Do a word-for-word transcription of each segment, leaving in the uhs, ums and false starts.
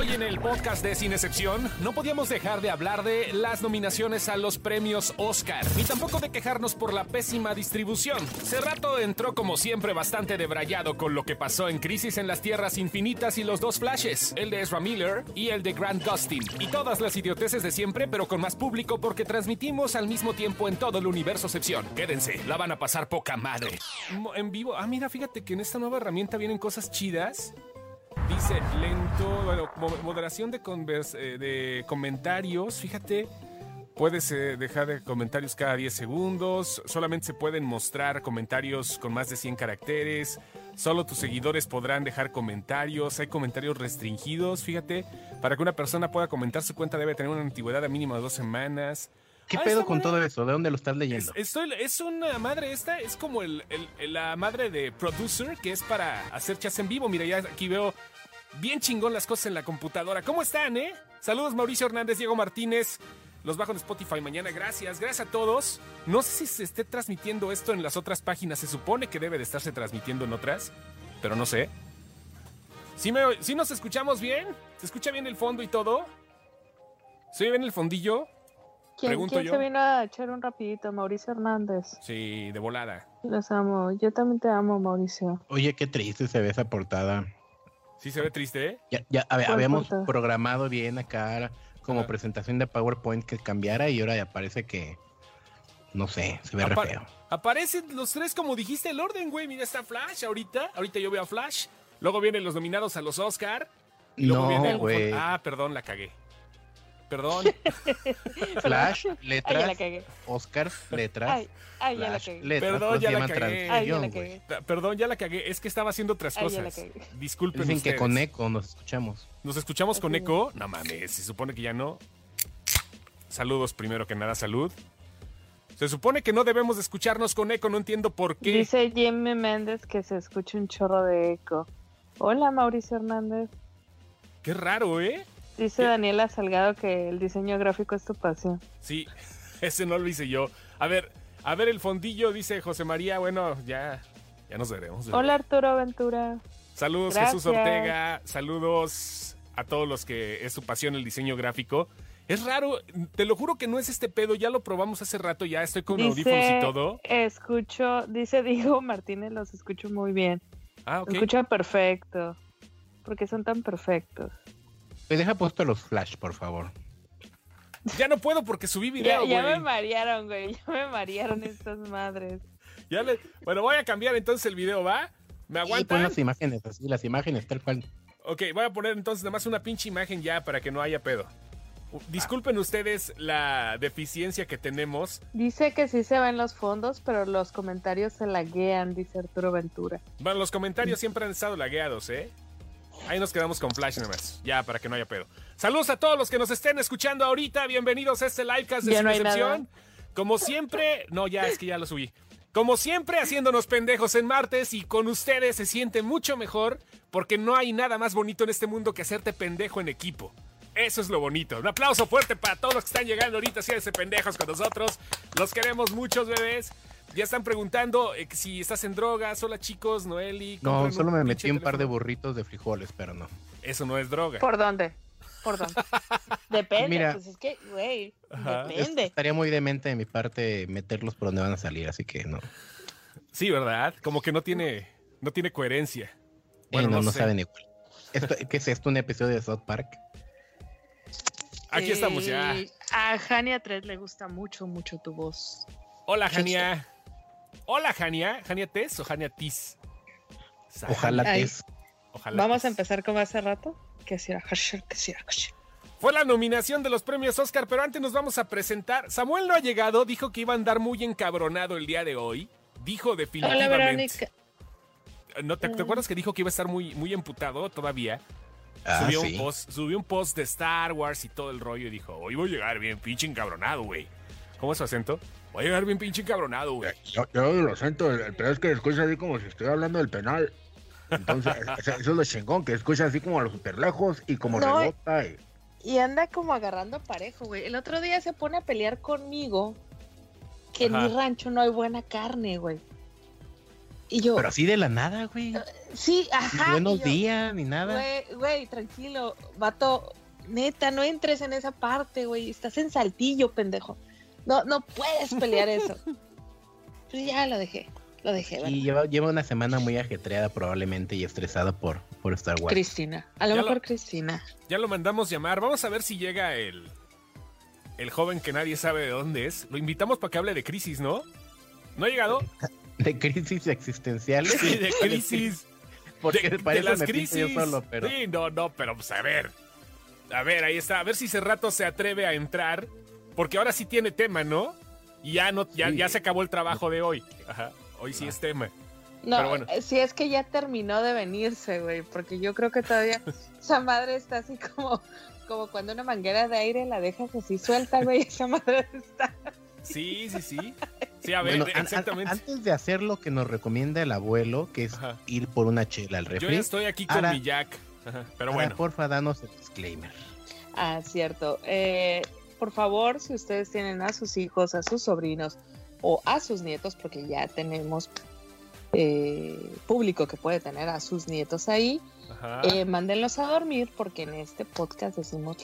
Hoy en el podcast de Sin Excepción no podíamos dejar de hablar de las nominaciones a los premios Oscar, ni tampoco de quejarnos por la pésima distribución. Cerrato entró como siempre bastante debrayado con lo que pasó en Crisis en las Tierras Infinitas y los dos Flashes, el de Ezra Miller y el de Grant Gustin, y todas las idioteces de siempre pero con más público porque transmitimos al mismo tiempo en todo el universo Excepción. Quédense, la van a pasar poca madre. En vivo, ah mira, fíjate que en esta nueva herramienta vienen cosas chidas. Dice lento, bueno, moderación de, convers, eh, de comentarios, fíjate, puedes eh, dejar de comentarios cada diez segundos, solamente se pueden mostrar comentarios con más de cien caracteres, solo tus seguidores podrán dejar comentarios, hay comentarios restringidos, fíjate, para que una persona pueda comentar su cuenta debe tener una antigüedad de mínimo de dos semanas. ¿Qué ah, pedo con todo eso? ¿De dónde lo estás leyendo? Es, estoy, es una madre esta, es como el, el, la madre de Producer, que es para hacer chats en vivo. Mira, ya aquí veo bien chingón las cosas en la computadora. ¿Cómo están, eh? Saludos Mauricio Hernández, Diego Martínez. Los bajo en Spotify mañana, gracias. Gracias a todos. No sé si se esté transmitiendo esto en las otras páginas. Se supone que debe de estarse transmitiendo en otras, pero no sé. ¿Sí, me, ¿sí nos escuchamos bien? ¿Se escucha bien el fondo y todo? ¿Se oye bien el fondillo? ¿Quién, ¿quién se vino a echar un rapidito? Mauricio Hernández. Sí, de volada. Los amo. Yo también te amo, Mauricio. Oye, qué triste se ve esa portada. Sí se ve triste, ¿eh? Ya, ya hab- habíamos portada? programado bien acá como Ajá. presentación de PowerPoint que cambiara y ahora ya parece que, no sé, se ve Apa- re feo. Aparecen los tres como dijiste el orden, güey. Mira, está Flash ahorita. Ahorita yo veo a Flash. Luego vienen los nominados a los Oscar. Y luego viene No, el- güey. Ah, perdón, la cagué. Perdón. Flash, Ay, ya la letras, cagué. Oscar, letras, Ay, ay, ya la Flash, cagué. letras. Perdón, todos ya se la llaman cagué. Ay, ya transición, la güey. cagué. Perdón, ya la cagué. Es que estaba haciendo otras Ay, ya la cosas. cagué. Disculpen Dicen ustedes. que con eco nos escuchamos. ¿Nos escuchamos con Así eco? No mames, se supone que ya no. Saludos primero que nada, salud. Se supone que no debemos de escucharnos con eco, no entiendo por qué. Dice Jimmy Méndez que se escucha un chorro de eco. Hola, Mauricio Hernández. Qué raro, ¿eh? Dice ¿Qué? Daniela Salgado que el diseño gráfico es tu pasión. Sí, ese no lo hice yo. A ver, a ver el fondillo, dice José María. Bueno, ya, ya nos veremos. ¿verdad? Hola, Arturo Ventura. Saludos, Gracias. Jesús Ortega. Saludos a todos los que es su pasión el diseño gráfico. Es raro, te lo juro que no es este pedo. Ya lo probamos hace rato, ya estoy con audífonos y todo. Escucho, dice Diego Martínez, los escucho muy bien. Ah, ok. Escucha perfecto. Porque son tan perfectos. Pues deja puesto los flash, por favor. Ya no puedo porque subí Ya, video, ya güey. me marearon, güey. Ya me marearon estas madres. Ya le... Bueno, voy a cambiar entonces el video, ¿va? ¿Me Y pon aguantan? las imágenes así, las imágenes tal cual. Ok, voy a poner entonces nada más una pinche imagen ya para que no haya pedo. U- Disculpen ustedes la deficiencia que tenemos. Dice que sí se ven los fondos, pero los comentarios se laguean, dice Arturo Ventura. Bueno, los comentarios siempre han estado lagueados, ¿eh? Ahí nos quedamos con Flash nada más, ya para que no haya pedo. Saludos a todos los que nos estén escuchando ahorita. Bienvenidos a este livecast de Ya Sin no hay Excepción. Como siempre, no, ya es que ya lo subí. Como siempre, haciéndonos pendejos en martes y con ustedes se siente mucho mejor porque no hay nada más bonito en este mundo que hacerte pendejo en equipo. Eso es lo bonito. Un aplauso fuerte para todos los que están llegando ahorita, haciéndose pendejos con nosotros. Los queremos muchos, bebés. Ya están preguntando eh, si estás en drogas. Hola, chicos, Noeli. No, compren solo un me pinche metí un par de teléfono. burritos de frijoles, pero no. Eso no es droga. ¿Por dónde? ¿Por dónde? Depende, Mira. pues es que, güey, Ajá. Es- depende. estaría muy demente de mi parte meterlos por donde van a salir, así que no. Sí, ¿verdad? Como que no tiene, no tiene coherencia. Bueno, no, no sé. saben igual. Esto, ¿qué es esto? ¿Un episodio de South Park? Aquí estamos ya. Eh, A Jania tres le gusta mucho, mucho tu voz. Hola, Jania. Hola, Jania. ¿Jania Tess o Jania Tis? Ojalá Ay. es. Ojalá Vamos a Tis. empezar como hace rato. Que si era Hasher, que si era Hasher. Fue la nominación de los premios Oscar, pero antes nos vamos a presentar. Samuel no ha llegado, dijo que iba a andar muy encabronado el día de hoy. Dijo Hola, definitivamente. Verónica. ¿No te, te acuerdas que dijo que iba a estar muy, muy emputado todavía? Ah, subió, sí. un post, subió un post de Star Wars y todo el rollo y dijo, hoy voy a llegar bien pinche encabronado, güey. ¿Cómo es su acento? Voy a llegar bien pinche encabronado, güey. Yo, yo lo siento, el, el peor es que escucha así como si estoy hablando del penal. Entonces, o sea, eso es lo chingón, que escucha así como a los super lejos y como No, rebota. Y... Y anda como agarrando parejo, güey. El otro día se pone a pelear conmigo que en Ajá. mi rancho no hay buena carne, güey. Y yo, Pero así de la nada, güey. sí, Ni ajá. buenos y yo, días, ni nada. Güey, güey, tranquilo, vato, neta, no entres en esa parte, güey, estás en Saltillo, pendejo. No, no puedes pelear eso. Pues ya lo dejé, lo dejé, ¿verdad? Y lleva, lleva una semana muy ajetreada probablemente y estresada por, por Star Wars. Cristina, a lo Ya mejor lo- Cristina. Ya lo mandamos llamar. Vamos a ver si llega el, el joven que nadie sabe de dónde es. Lo invitamos para que hable de crisis, ¿no? ¿No ha llegado? De crisis existenciales. Sí, de crisis. Porque de, para de eso las me pinto crisis. yo solo, pero... Sí, no, no, pero pues a ver. A ver, ahí está. A ver si ese rato se atreve a entrar. Porque ahora sí tiene tema, ¿no? Y ya no, ya, Sí. ya se acabó el trabajo de hoy. Ajá. Hoy sí es tema. No, Pero bueno. eh, si es que ya terminó de venirse, güey, porque yo creo que todavía esa madre está así como, como cuando una manguera de aire la dejas así suelta, güey, esa madre está... Sí, sí, sí. Sí, a ver, Bueno, an- an- exactamente. antes de hacer lo que nos recomienda el abuelo, que es Ajá. ir por una chela al Yo refri, ya estoy aquí con ahora- mi Jack. Ajá. Pero ahora, bueno. porfa, danos el disclaimer. Ah, cierto. Eh, por favor, si ustedes tienen a sus hijos, a sus sobrinos o a sus nietos, porque ya tenemos eh, público que puede tener a sus nietos ahí, Ajá. eh, mándenlos a dormir, porque en este podcast decimos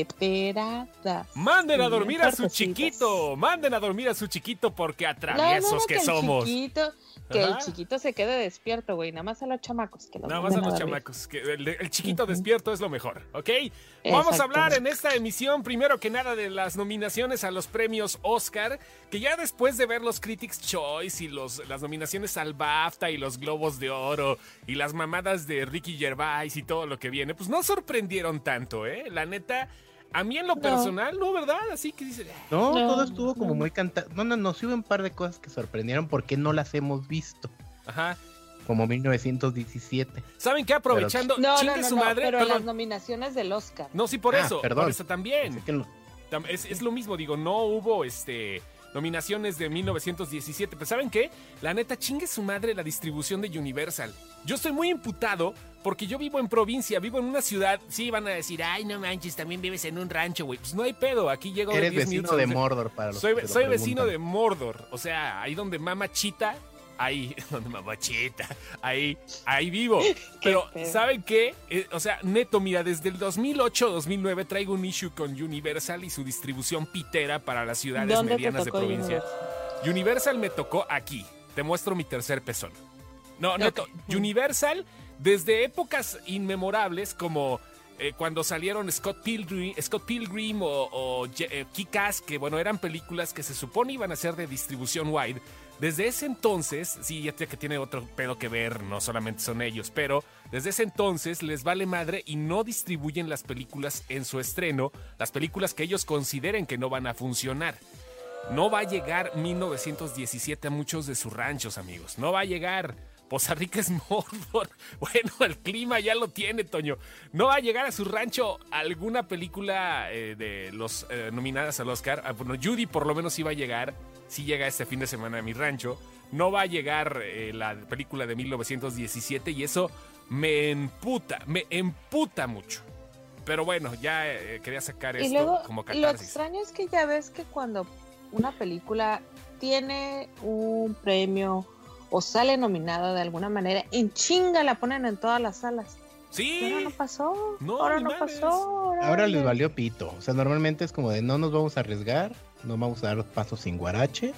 leperadas. Manden a Sí, dormir a su fuertecitas. chiquito. Manden a dormir a su chiquito porque No, no, atraviesos no, que, el somos. Chiquito, que Ajá. el chiquito se quede despierto, güey. Nada más a los chamacos. Que los Nada más a manden los dormir. chamacos. Que el, el chiquito Ujú. despierto es lo mejor, ¿ok? Vamos a hablar en Exactamente. esta emisión, primero que nada, de las nominaciones a los premios Oscar, que ya después de ver los Critics' Choice y los, las nominaciones al BAFTA y los Globos de Oro y las mamadas de Ricky Gervais y todo lo que viene, pues no sorprendieron tanto, ¿eh? La neta, a mí en lo No. personal, ¿no? ¿Verdad? Así que dice... No, No, todo estuvo como no. muy cantado. No, no, no, sí hubo un par de cosas que sorprendieron porque no las hemos visto. Ajá. Como mil novecientos diecisiete. ¿Saben qué? Aprovechando, No, chingue no, no, su no, madre. pero perdón. las nominaciones del Oscar. No, sí, por Ah, eso. perdón. Por eso también. Pensé que no- Tam- Es, es lo mismo, digo, no hubo este nominaciones de mil novecientos diecisiete. Pero ¿saben qué? La neta, chingue su madre la distribución de Universal. Yo estoy muy imputado porque yo vivo en provincia, vivo en una ciudad. Sí, van a decir, ay, no manches, también vives en un rancho, güey. Pues no hay pedo, aquí llego Eres diez vecino minutos de antes. Mordor para los Soy, que se lo soy vecino de preguntan. Mordor, o sea, ahí donde mama Chita, ahí, donde mama Chita, ahí, ahí vivo. Pero, pedo. ¿saben qué? Eh, o sea, neto, mira, desde el dos mil ocho dos mil nueve traigo un issue con Universal y su distribución pitera para las ciudades ¿Dónde te medianas de tocó provincia. Universal me tocó aquí. Te muestro mi tercer pezón. No, neto, Ok. Universal, desde épocas inmemorables como eh, cuando salieron Scott Pilgrim, Scott Pilgrim o, o Je- eh, Kick-Ass, que bueno, eran películas que se supone iban a ser de distribución wide. Desde ese entonces, sí, ya que tiene otro pedo que ver, no solamente son ellos, pero desde ese entonces les vale madre y no distribuyen las películas en su estreno, las películas que ellos consideren que no van a funcionar. No va a llegar mil novecientos diecisiete a muchos de sus ranchos, amigos. No va a llegar. Poza Rica es Mordor. Bueno, el clima ya lo tiene, Toño. No va a llegar a su rancho alguna película eh, de los eh, nominadas al Oscar. Ah, bueno, Judy por lo menos sí va a llegar. Sí llega este fin de semana a mi rancho. No va a llegar eh, la película de mil novecientos diecisiete y eso me emputa, me emputa mucho. Pero bueno, ya eh, quería sacar Y esto luego, como lo catarsis. extraño es que ya ves que cuando una película tiene un premio o sale nominada de alguna manera, en chinga la ponen en todas las salas. Sí. Ahora no pasó. No, ahora ni no madres. pasó. Ahora, Ahora les vale. valió pito. O sea, normalmente es como de no nos vamos a arriesgar, no vamos a dar pasos sin guarache.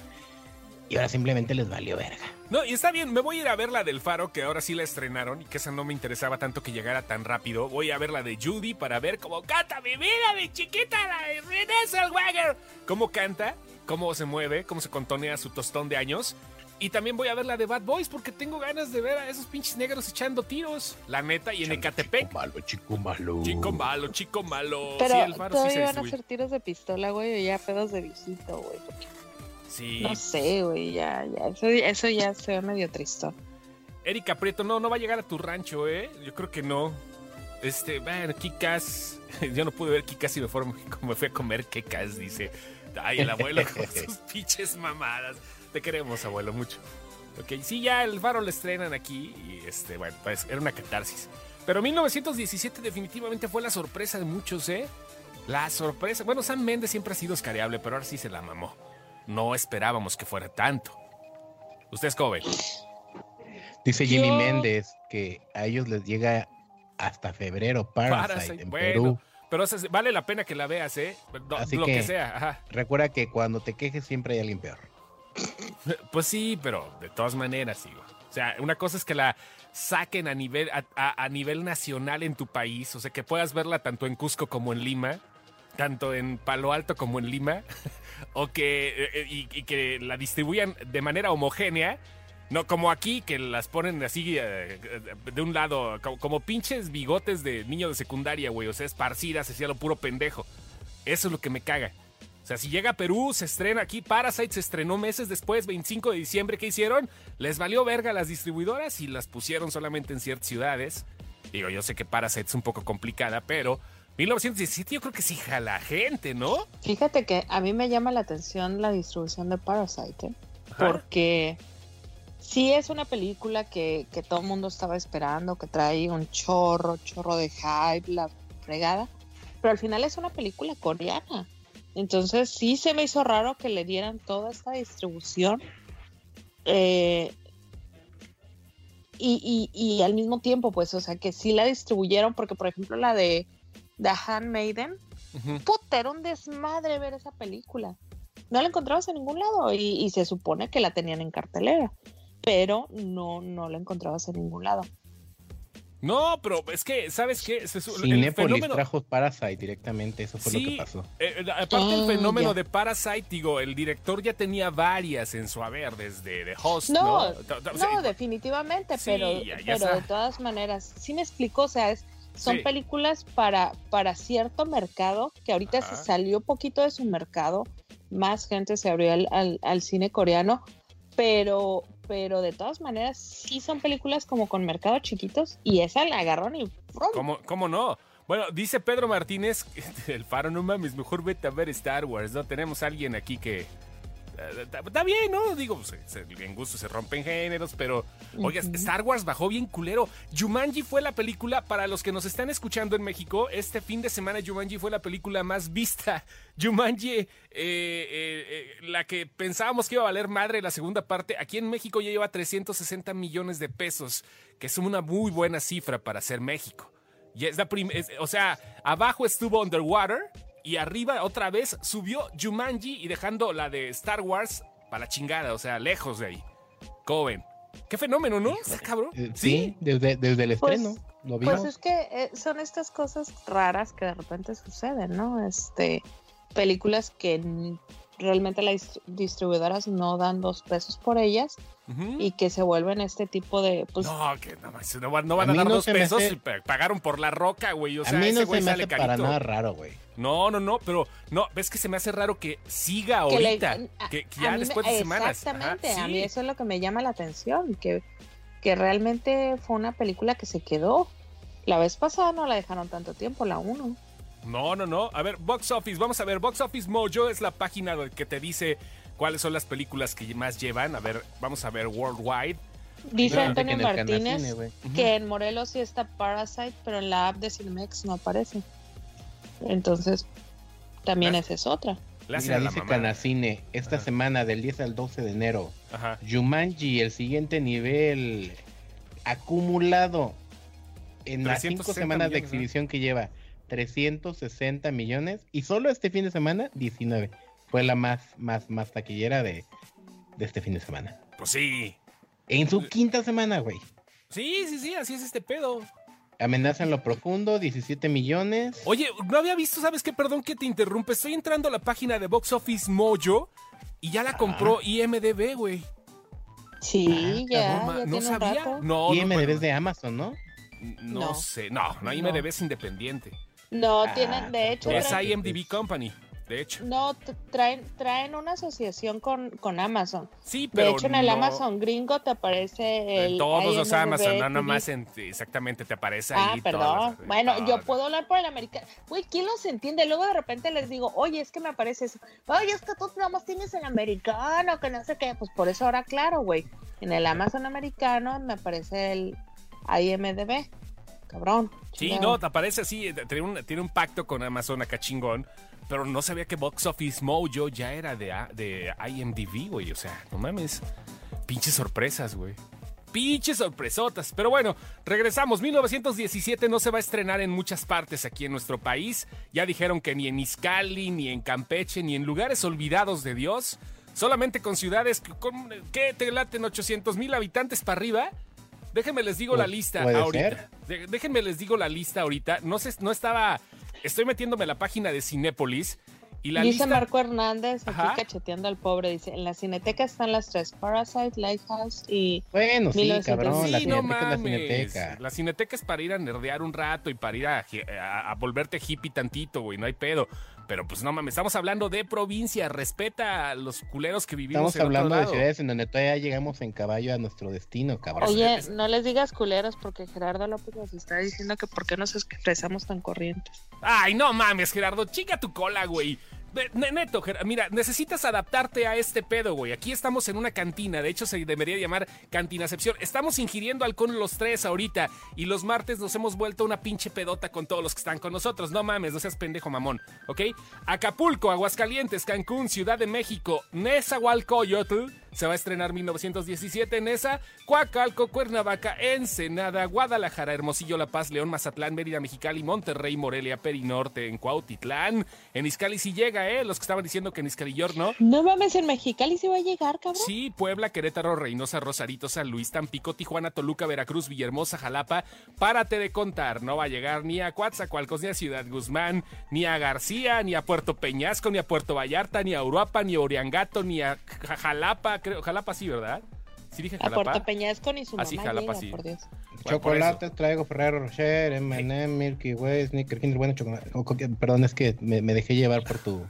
Y ahora simplemente les valió verga. No, y está bien, me voy a ir a ver la del Faro, que ahora sí la estrenaron y que esa no me interesaba tanto que llegara tan rápido. Voy a ver la de Judy para ver cómo canta mi vida, mi chiquita, la de Renée Zellweger. Cómo canta, cómo se mueve, cómo se contonea su tostón de años. Y también voy a ver la de Bad Boys porque tengo ganas de ver a esos pinches negros echando tiros. La neta, y en Ecatepec. Chico malo, chico malo. Chico malo, chico malo. Pero Sí, el Faro sí todavía se van a distribuye. hacer tiros de pistola, güey, o ya pedos de viejito, güey. porque Sí. No sé, güey, ya, ya. Eso, eso ya se ve medio tristón. Erika Prieto, no, no va a llegar a tu rancho, ¿eh? Yo creo que no. Este, bueno, Kikas. Yo no pude ver Kikas y me, fue, me fui a comer Kikas, dice. Ay, el abuelo con sus pinches mamadas. Te queremos, abuelo, mucho. Ok, sí, ya el Faro lo estrenan aquí y este, bueno, pues era una catarsis. Pero mil novecientos diecisiete definitivamente fue la sorpresa de muchos, ¿eh? La sorpresa. Bueno, Sam Mendes siempre ha sido oscareable, pero ahora sí se la mamó. No esperábamos que fuera tanto. ¿Ustedes cómo ven? Dice Jimmy Yo- Méndez que a ellos les llega hasta febrero Parasite, Parasite, en bueno, Perú. pero o sea, vale la pena que la veas, ¿eh? No, Así lo que, que- sea, ajá. Recuerda que cuando te quejes siempre hay alguien peor. Pues sí, pero de todas maneras, digo. O sea, una cosa es que la saquen a nivel, a, a- a nivel nacional en tu país, o sea, que puedas verla tanto en Cusco como en Lima, tanto en Palo Alto como en Lima, o que, eh, y, y que la distribuyan de manera homogénea, no como aquí, que las ponen así eh, de un lado, como, como pinches bigotes de niño de secundaria, güey, o sea, esparcidas, así a lo puro pendejo. Eso es lo que me caga. O sea, si llega a Perú, se estrena aquí. Parasite se estrenó meses después, veinticinco de diciembre. ¿Qué hicieron? Les valió verga a las distribuidoras y las pusieron solamente en ciertas ciudades. Digo, yo sé que Parasite es un poco complicada, pero mil novecientos diecisiete yo creo que sí jala gente, ¿no? Fíjate que a mí me llama la atención la distribución de Parasite, ¿eh? Ajá. Porque sí es una película que, que todo el mundo estaba esperando, que trae un chorro, chorro de hype, la fregada, pero al final es una película coreana. Entonces sí se me hizo raro que le dieran toda esta distribución eh, y, y, y al mismo tiempo, pues, o sea, que sí la distribuyeron, porque por ejemplo la de The Handmaiden, Ujú. puta, era un desmadre ver esa película. No la encontrabas en ningún lado y, y se supone que la tenían en cartelera, pero no, no la encontrabas en ningún lado. No, pero es que, ¿sabes qué? Se su- el Cinépolis fenómeno... trajo Parasite directamente, eso fue lo Sí, que pasó. eh, eh, aparte del Ah, fenómeno ya. de Parasite, digo, el director ya tenía varias en su haber, desde The Host, No, ¿no? Ta- ta- o sea, no, definitivamente, sí, pero, ya- ya pero está. de todas maneras, sí me explico, o sea, es, son Sí. películas para, para cierto mercado, que ahorita Ajá. se salió poquito de su mercado, más gente se abrió al, al, al cine coreano, pero, pero de todas maneras sí son películas como con mercados chiquitos y esa la agarraron y ¡frum! ¿Cómo, ¿Cómo no? Bueno, dice Pedro Martínez, el faro, no mames, mejor vete a ver Star Wars, ¿no? Tenemos a alguien aquí que... eh, Está está bien, ¿no? Digo, pues, se- en gusto se rompen géneros, pero... Oiga, Ujú. Star Wars bajó bien culero. Jumanji fue la película, para los que nos están escuchando en México, este fin de semana Jumanji fue la película más vista. Jumanji, eh, eh, eh, la que pensábamos que iba a valer madre la segunda parte, aquí en México ya lleva trescientos sesenta millones de pesos, que es una muy buena cifra para ser México. Y es la prim- es- o sea, abajo estuvo Underwater y arriba otra vez subió Jumanji y dejando la de Star Wars para la chingada, o sea, lejos de ahí. ¿Cómo ven? Qué fenómeno, ¿no? Está cabrón. Eh, Sí, desde, desde el Pues- estreno, lo vimos. Pues es que eh, son estas cosas raras que de repente suceden, ¿no? Este, películas que n- realmente las distribuidoras no dan dos pesos por ellas Ujú. y que se vuelven este tipo de, pues, No, que no, más, no van, no van A a, mí dar no dos se me pesos hace- y pa- pagaron por la roca, güey. O a sea, mí ese no güey se me sale hace para carito. nada raro, güey. No, no, no, pero no, ves que se me hace raro que siga que le- ahorita. a- que, que a ya mí me- después de semanas. Exactamente, Ajá, a sí. mí eso es lo que me llama la atención, que, que realmente fue una película que se quedó. La vez pasada no la dejaron tanto tiempo, la uno. No, no, no. A ver, Box Office, vamos a ver. Box Office Mojo es la página que te dice cuáles son las películas que más llevan. A ver, vamos a ver Worldwide. Dice Yo pensé Antonio que en el Martínez Canacine, güey. que en Morelos sí está Parasite, pero en la app de Cinemex no aparece. Entonces, también ¿Ah? esa es otra. Le hacen Mira, a la dice mamada. Canacine, esta Ajá. semana del diez al doce de enero, Ajá. Jumanji, el siguiente nivel acumulado en las cinco trescientos sesenta semanas de millones, ¿no? exhibición que lleva trescientos sesenta millones y solo este fin de semana diecinueve. Fue la más, más, más taquillera de, de este fin de semana. Pues sí. En su quinta semana, güey. Sí, sí, sí, así es este pedo. Amenaza en lo profundo, diecisiete millones. Oye, no había visto, ¿sabes qué? Perdón que te interrumpe. Estoy entrando a la página de Box Office Mojo y ya la compró I M D B, güey. Sí, Ah, ya, No, ma- ya no tiene un sabía. rato. No, y no, M D B bueno, es de Amazon, ¿no? no, No. sé. No, no, I M D B es independiente. No, Ah, tienen, de hecho, Pero Es traen- I M D B Company, de hecho. no, t- traen, traen una asociación con, con Amazon. Sí, De pero hecho, en el no- Amazon gringo te aparece el En todos los I M D B Amazon, no T V. nomás en, exactamente te aparece Ah, ahí. perdón. todas las- Bueno, yo todas. puedo hablar por el americano. Güey, ¿quién los entiende? Luego de repente les digo, oye, es que me aparece eso. Oye, es que tú nomás tienes el americano, que no sé qué. Pues por eso ahora, claro, güey. En el Amazon americano me aparece el I M D B. Cabrón. Sí, chingado. no, te aparece así, tiene un, tiene un pacto con Amazon acá chingón, pero no sabía que Box Office Mojo ya era de, A- de I M D B, güey, o sea, no mames, pinches sorpresas, güey. pinches sorpresotas. Pero bueno, regresamos. mil novecientos diecisiete no se va a estrenar en muchas partes aquí en nuestro país. Ya dijeron que ni en Izcalli, ni en Campeche, ni en lugares olvidados de Dios. Solamente con ciudades con, que te laten ochocientos mil habitantes para arriba. Déjenme les digo la lista ahorita. De, déjenme les digo la lista ahorita. No sé, no estaba... Estoy metiéndome a la página de Cinépolis. Y la dice lista... Marco Hernández, aquí Ajá. cacheteando al pobre, dice, en la Cineteca están las tres, Parasite, Lighthouse y... Bueno, sí, mil novecientos cabrón, la Sí, no cineteca es la mames. cineteca. La cineteca es para ir a nerdear un rato y para ir a, a, a volverte hippie tantito, güey, no hay pedo. Pero pues no mames, estamos hablando de provincia, respeta a los culeros que vivimos Estamos en hablando otro de lado. ciudades en donde todavía llegamos en caballo a nuestro destino, cabrón. Oye, no les digas culeros porque Gerardo López nos está diciendo que por qué nos expresamos tan corrientes. Ay, no mames, Gerardo, chica tu cola, güey. Ve- ne- Neto, Ger- mira, necesitas adaptarte a este pedo, güey. Aquí estamos en una cantina, de hecho se debería llamar cantinacepción. Estamos ingiriendo alcohol los tres ahorita y los martes nos hemos vuelto una pinche pedota con todos los que están con nosotros. No mames, no seas pendejo mamón, ¿ok? Acapulco, Aguascalientes, Cancún, Ciudad de México, Nezahualcóyotl, se va a estrenar mil novecientos diecisiete, Nesa, Coacalco, Cuernavaca, Ensenada, Guadalajara, Hermosillo, La Paz, León, Mazatlán, Mérida, Mexicali, Monterrey, Morelia, Perinorte, en Cuautitlán. En Izcalli sí llega, ¿eh? Los que estaban diciendo que en Izcalillor no. No mames, en Mexicali sí va a llegar, cabrón. Sí, Puebla, Querétaro, Reynosa, Rosarito, San Luis, Tampico, Tijuana, Toluca, Veracruz, Villahermosa, Jalapa. Párate de contar, no va a llegar ni a Coatzacoalcos, ni a Ciudad Guzmán, ni a García, ni a Puerto Peñasco, ni a Puerto Vallarta, ni a Uruapa, ni a Oriangato, ni a Ja- Jalapa, creo, Jalapa sí, ¿verdad? Sí dije A Jalapa. Puerto Peñasco ni su Ah, sí, mamá Jalapa, llega, sí. por Dios. Bueno, por Chocolates traigo Ferrero Rocher, eme and eme, Milky Way, Snickers, Kinder Bueno, chocolate. o co- Perdón, es que me, me dejé llevar por tu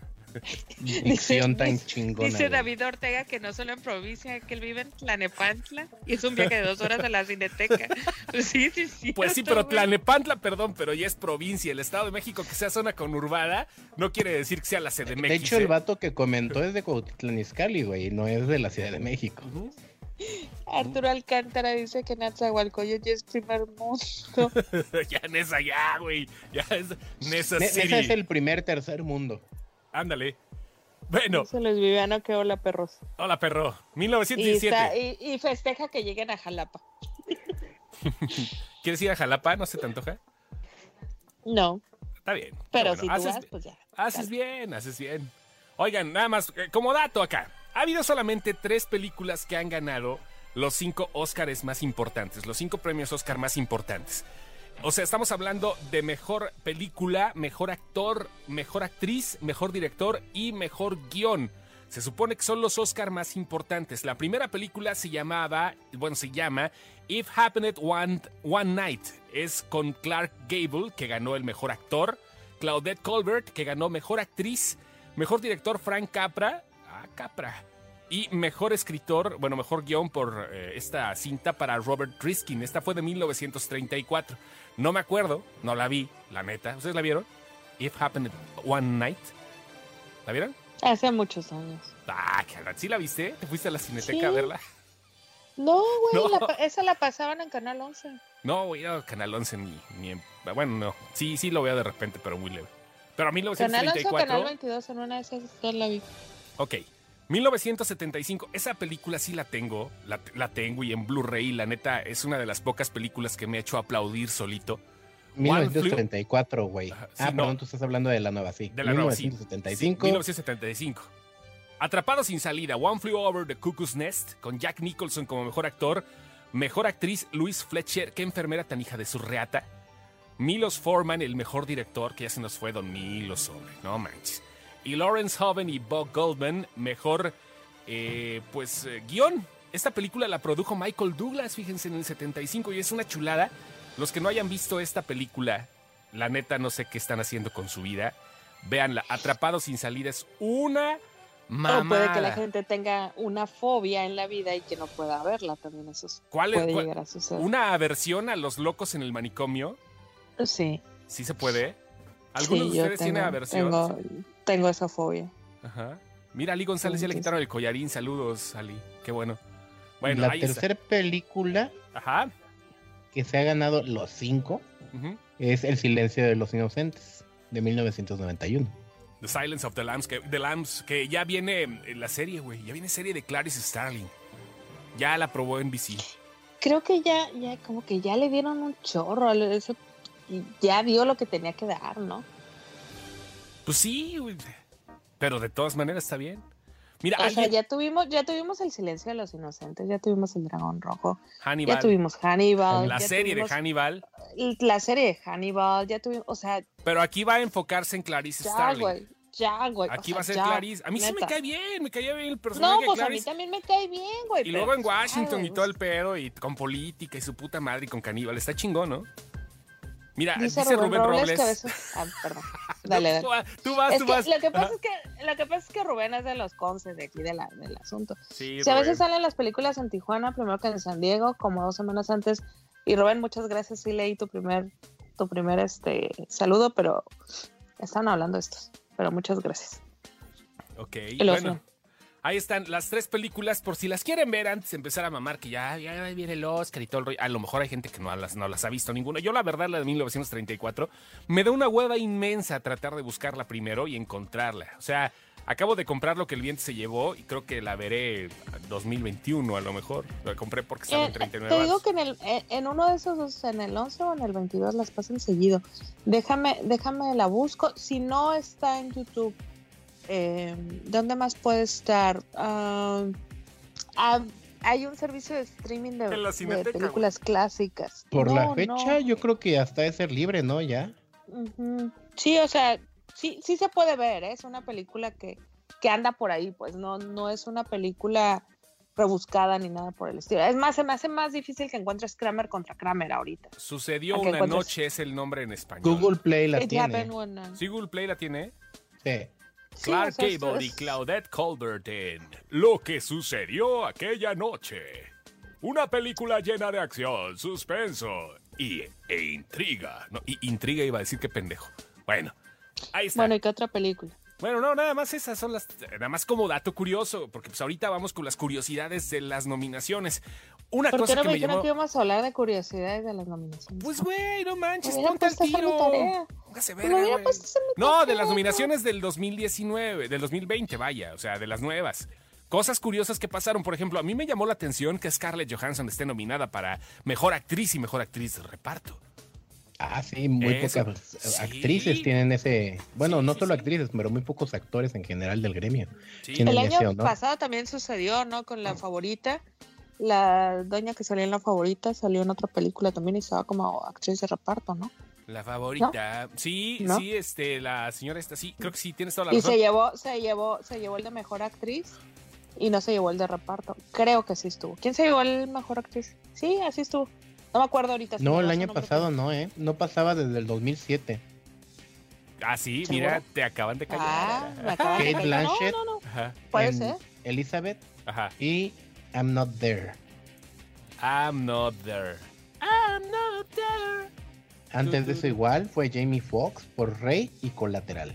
dicción tan dice- chingona. Dice güey. David Ortega que no solo en provincia, que él vive en Tlanepantla y es un viaje de dos horas a la Cineteca. Sí, sí, sí. Pues sí, pero Tlalnepantla, perdón, pero ya es provincia. El Estado de México, que sea zona conurbada, no quiere decir que sea la C D M X. De hecho, el ¿eh? vato que comentó es de Cuautitlán Izcalli, güey, no es de la Ciudad de México. Ujú. Arturo Alcántara dice que Nezahualcóyotl ya es primer mundo. Ya Nesa, ya, güey. Ya es Nesa Ne- City. Ese es el primer tercer mundo. Ándale. Bueno, Dice Luis Viviano que hola, perros. hola, perro. mil novecientos Y, diecisiete. está- y, y festeja que lleguen a Jalapa. ¿Quieres ir a Jalapa? ¿No se te antoja? No, Está bien. pero Bueno, si tú haces, vas, pues ya. haces Dale. bien, haces bien. Oigan, nada más, eh, como dato acá. Ha habido solamente tres películas que han ganado los cinco Óscares más importantes, los cinco premios Óscar más importantes. O sea, estamos hablando de mejor película, mejor actor, mejor actriz, mejor director y mejor guión. Se supone que son los Óscar más importantes. La primera película se llamaba, bueno, se llama If Happened One, One Night. Es con Clark Gable, que ganó el mejor actor, Claudette Colbert, que ganó mejor actriz, mejor director Frank Capra, ah, Capra, y mejor escritor, bueno, mejor guión por eh, esta cinta para Robert Driskin. Esta fue de mil novecientos treinta y cuatro. No me acuerdo, no la vi, la neta. ¿Ustedes la vieron? If Happened One Night. ¿La vieron? Hace muchos años. Ah, cabrón, ¿sí la viste? ¿Te fuiste a la cineteca Sí. a verla? No, güey, No. la pa- esa la pasaban en Canal once. No, güey, no, Canal once ni, ni en- bueno, no. Sí, sí lo veo de repente, pero muy leve. Pero a Canal once o mil novecientos treinta y cuatro... Canal veintidós, en una de esas dos la vi. Ok. mil novecientos setenta y cinco, esa película sí la tengo, la, la tengo y en Blu-ray, la neta, es una de las pocas películas que me ha hecho aplaudir solito. mil novecientos treinta y cuatro, güey. Ajá, sí, Ah, no. perdón, tú estás hablando de la nueva, sí. De la nueva, sí. mil novecientos setenta y Sí, cinco. mil novecientos setenta y cinco. Atrapado sin salida, One Flew Over the Cuckoo's Nest, con Jack Nicholson como mejor actor, mejor actriz Louise Fletcher, qué enfermera tan hija de su reata. Milos Forman, el mejor director, que ya se nos fue Don Milos, hombre, no manches. Y Lawrence Hoven y Bob Goldman, mejor, eh, pues, eh, guión. Esta película la produjo Michael Douglas, fíjense, en el setenta y cinco, y es una chulada. Los que no hayan visto esta película, la neta no sé qué están haciendo con su vida. Véanla, Atrapado sin salida es una mamada. O puede que la gente tenga una fobia en la vida y que no pueda verla también. Eso es- ¿Cuál es- puede cuál- llegar a suceder. ¿Una aversión a los locos en el manicomio? Sí. ¿Sí se puede? ¿Algunos sí, de yo ustedes tienen tengo- aversión? Tengo, tengo esa fobia. Ajá. Mira, Ali González ya le Sí, sí. quitaron el collarín. Saludos, Ali. Qué bueno. Bueno, la ahí está. tercera película Ajá. que se ha ganado los cinco Ujú. es El silencio de los inocentes, de mil novecientos noventa y uno. The Silence of the Lambs, que, the Lambs, que ya viene en la serie, güey. Ya viene serie de Clarice Starling. Ya la probó en B C. creo que ya, ya, como que ya le dieron un chorro, eso, ya dio lo que tenía que dar, ¿no? Pues sí, güey, pero de todas maneras está bien. Mira, o alguien... sea, ya tuvimos, ya tuvimos El silencio de los inocentes, ya tuvimos El dragón rojo, Hannibal, ya tuvimos Hannibal, la ya serie tuvimos de Hannibal, la serie de Hannibal, ya tuvimos, o sea, pero aquí va a enfocarse en Clarice ya, Starling. güey, ya, güey. Aquí o va a ser sea, ya, Clarice. A mí sí me neta. cae bien, me caía bien el personaje No, de pues a mí Clarice. también me cae bien, güey. Y pero, luego en pues, Washington ay, y todo el pedo, y con política y su puta madre y con caníbal. Está chingón, ¿no? Mira, dice, dice Rubén, Rubén Robles. Robles que a veces... Ah, perdón. Dale, dale. Tú vas, tú vas. Es Tú que vas. lo que pasa Ajá. es que lo que pasa es que Rubén es de los conces de aquí de la, del asunto. Sí, Si a veces Rubén. salen las películas en Tijuana, primero que en San Diego, como dos semanas antes. Y Rubén, muchas gracias, sí leí tu primer, tu primer este saludo, pero están hablando estos. Pero muchas gracias. Ok, Y los bueno. Ahí están las tres películas, por si las quieren ver antes de empezar a mamar, que ya, ya viene el Oscar y todo el rollo. A lo mejor hay gente que no las, no las ha visto ninguna. Yo, la verdad, la de mil novecientos treinta y cuatro, me da una hueva inmensa tratar de buscarla primero y encontrarla. O sea, acabo de comprar Lo que el viento se llevó y creo que la veré dos mil veintiuno a lo mejor. La compré porque estaba Eh, en treinta y nueve te digo varos. que en, el, en, en uno de esos dos, en el once o en el veintidós, las pasan seguido. Déjame, déjame la busco. Si no está en YouTube, eh, ¿dónde más puede estar? Uh, ah, hay un servicio de streaming de, En la de Cineteca, películas clásicas. Por No, la fecha, no. yo creo que hasta es ser libre, ¿no? Ya. Ujú. Sí, o sea, sí, sí se puede ver, ¿eh? Es una película que, que anda por ahí, pues no, no es una película rebuscada ni nada por el estilo. Es más, se me hace más difícil que encuentres Kramer contra Kramer ahorita. Sucedió ¿A qué una encuentras? noche es el nombre en español. Google Play la It tiene. happened when, uh, ¿Sí, Google Play la tiene? Sí. sí, Clark o sea, es- Gable y es- Claudette Colbert. Lo que sucedió aquella noche. Una película llena de acción, suspenso y, e intriga. No, y, intriga iba a decir que pendejo. Bueno, ahí está. Bueno, Bueno, ¿y qué otra película? no, nada más esas son las... Nada más como dato curioso, porque pues ahorita vamos con las curiosidades de las nominaciones. Una ¿Por qué cosa no que me me dijeron llamó... que íbamos a hablar de curiosidades de las nominaciones? Pues, güey, no manches, Me hubiera ponte al puesto a hacer mi tiro. tarea. Póngase Me verga, hubiera güey. puesto a hacer mi No, de tarea, las ¿no? nominaciones del dos mil diecinueve, del dos mil veinte, vaya, o sea, de las nuevas. Cosas curiosas que pasaron, por ejemplo, a mí me llamó la atención que Scarlett Johansson esté nominada para Mejor Actriz y Mejor Actriz de Reparto. Ah, sí, muy Eso. pocas Sí. actrices tienen ese... Bueno, Sí, no sí, solo sí. actrices, pero muy pocos actores en general del gremio. Sí. Tienen El ese año honor. pasado también sucedió, ¿no? Con La Favorita. La doña que salió en La Favorita salió en otra película también y estaba como actriz de reparto, ¿no? La favorita. Sí, ¿No? sí, este, la señora está sí, creo que sí, tienes toda la Y razón. se llevó, se llevó, se llevó el de mejor actriz y no se llevó el de reparto. Creo que sí estuvo. ¿Quién se llevó el mejor actriz? Sí, así estuvo. No me acuerdo ahorita. si No, me el das un año nombre, pasado pero- no, ¿eh? No pasaba desde el dos mil siete. Ah, sí, ¿Seguro? mira, te acaban de callar. Ah, me acaban de Kate callar. No, Blanchett. no, no. Ajá, Puede en ser. Elizabeth ajá. y I'm Not There. I'm not there. I'm not there. Antes de eso igual fue Jamie Foxx por Rey y Colateral.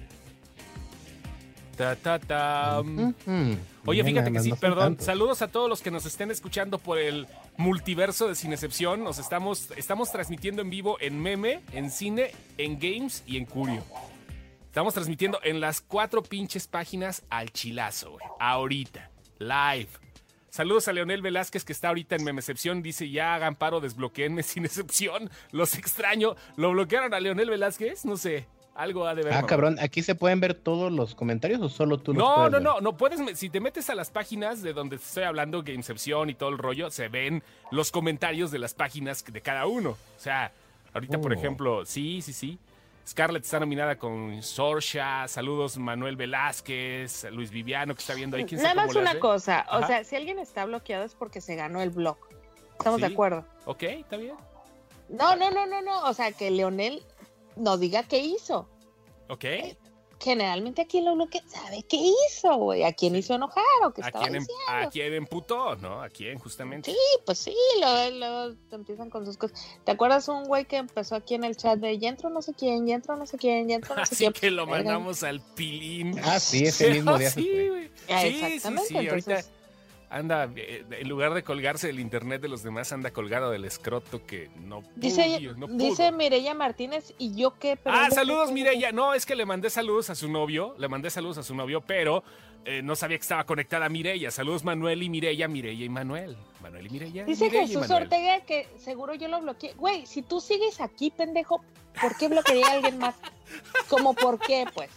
Ta, ta, ta. Ujú. Oye, Mira, fíjate nada que más sí, no son perdón. tantos. Saludos a todos los que nos estén escuchando por el multiverso de Cinecepción. Nos estamos, estamos transmitiendo en vivo en Meme, en Cine, en Games y en Curio. Estamos transmitiendo en las cuatro pinches páginas al chilazo, güey. Ahorita. Live. Saludos a Leonel Velázquez, que está ahorita en Memecepción. Dice, ya hagan paro, desbloqueenme Cinecepción. Los extraño. ¿Lo bloquearon a Leonel Velázquez? No sé. Algo ha de ver. Ah, mamá. cabrón, ¿aquí se pueden ver todos los comentarios o solo tú los No, puedes no, ver? no, no puedes, me- si te metes a las páginas de donde estoy hablando, Gamecepción y todo el rollo, se ven los comentarios de las páginas de cada uno. O sea, ahorita, por Oh. ejemplo, sí, sí, sí. Scarlett está nominada con Sorsha, saludos Manuel Velázquez, Luis Viviano que está viendo ahí. ¿Quién Nada sabe más cómo le una hace? cosa. O Ajá. sea, si alguien está bloqueado es porque se ganó el blog. ¿Estamos de Sí. acuerdo? Ok, está bien. No, no, no, no, no. O sea, que Leonel no diga qué hizo. Ok. Generalmente a quien lo bloquea sabe qué hizo, güey. A quién hizo enojar o qué ¿A estaba quién, em- diciendo. ¿A quién emputó? ¿No? ¿A quién, justamente? Sí, pues sí, luego, luego te empiezan con sus cosas. ¿Te acuerdas un güey que empezó aquí en el chat de ya entró no sé quién, ya entró no sé quién, ya entró no sé Así quién? que lo Verga. mandamos al pilín. Ah, sí, ese mismo día se Sí, fue. güey. Ah, Sí, sí, exactamente, sí, ahorita entonces- anda, eh, en lugar de colgarse del internet de los demás, anda colgado del escroto que no pudo. Dice, no pudo. dice Mireya Martínez, ¿y yo qué? Pero ah, yo saludos, qué, Mireya. No, es que le mandé saludos a su novio, le mandé saludos a su novio, pero eh, no sabía que estaba conectada a Mireya. Saludos, Manuel y Mireya, Mireya y Manuel. Manuel y Mireya. Dice Mireya y Jesús Manuel. Ortega que seguro yo lo bloqueé. Güey, si tú sigues aquí, pendejo, ¿por qué bloquearía a alguien más? ¿Cómo por qué, pues?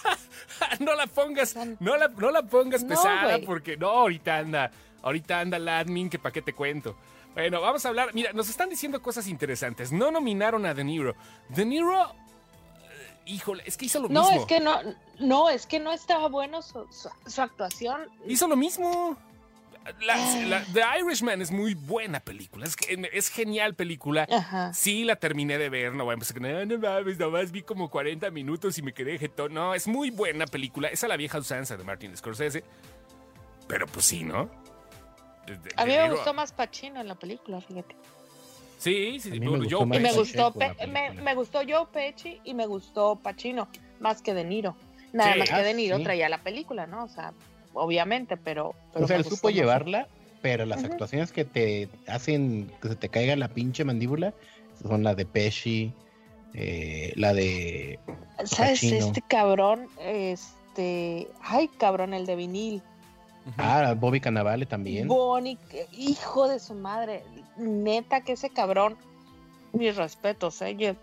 no la pongas, no la, no la pongas No, pesada, güey. porque no, ahorita anda, ahorita anda la admin, que pa' qué te cuento. Bueno, vamos a hablar, mira, nos están diciendo cosas interesantes. No nominaron a De Niro. De Niro, eh, híjole, es que hizo lo No, mismo. es que no, no, es que no estaba bueno su, su, su actuación. Hizo lo mismo. La, la- The Irishman es muy buena película, es, que- es genial película. Ajá. Sí, la terminé de ver, no voy a empezar con, no, no mames, nomás vi como cuarenta minutos y me quedé jetón. No, es muy buena película. Esa es la vieja usanza de Martin Scorsese. Pero pues sí, ¿no? De- de- A mí de me Niro- gustó más Pacino en la película, fíjate. Sí, sí, A mí me bueno, gustó yo más Y me Pesci gustó, por la Pe- me, película. me gustó Joe Pesci y me gustó Pacino, más que De Niro. Nada Sí. más que Ah, De Niro sí. traía la película, ¿no? O sea, obviamente, pero... pero O sea, me él gustó supo mucho. llevarla, pero las Ujú. actuaciones que te hacen que se te caiga la pinche mandíbula son la de Pesci, eh, la de... ¿Sabes? Pacino. Este cabrón, este... Ay, cabrón, el de vinil. Ujú. Ah, Bobby Cannavale también. Bonnie, que- hijo de su madre. Neta que ese cabrón, mis respetos, ¿eh? Yo-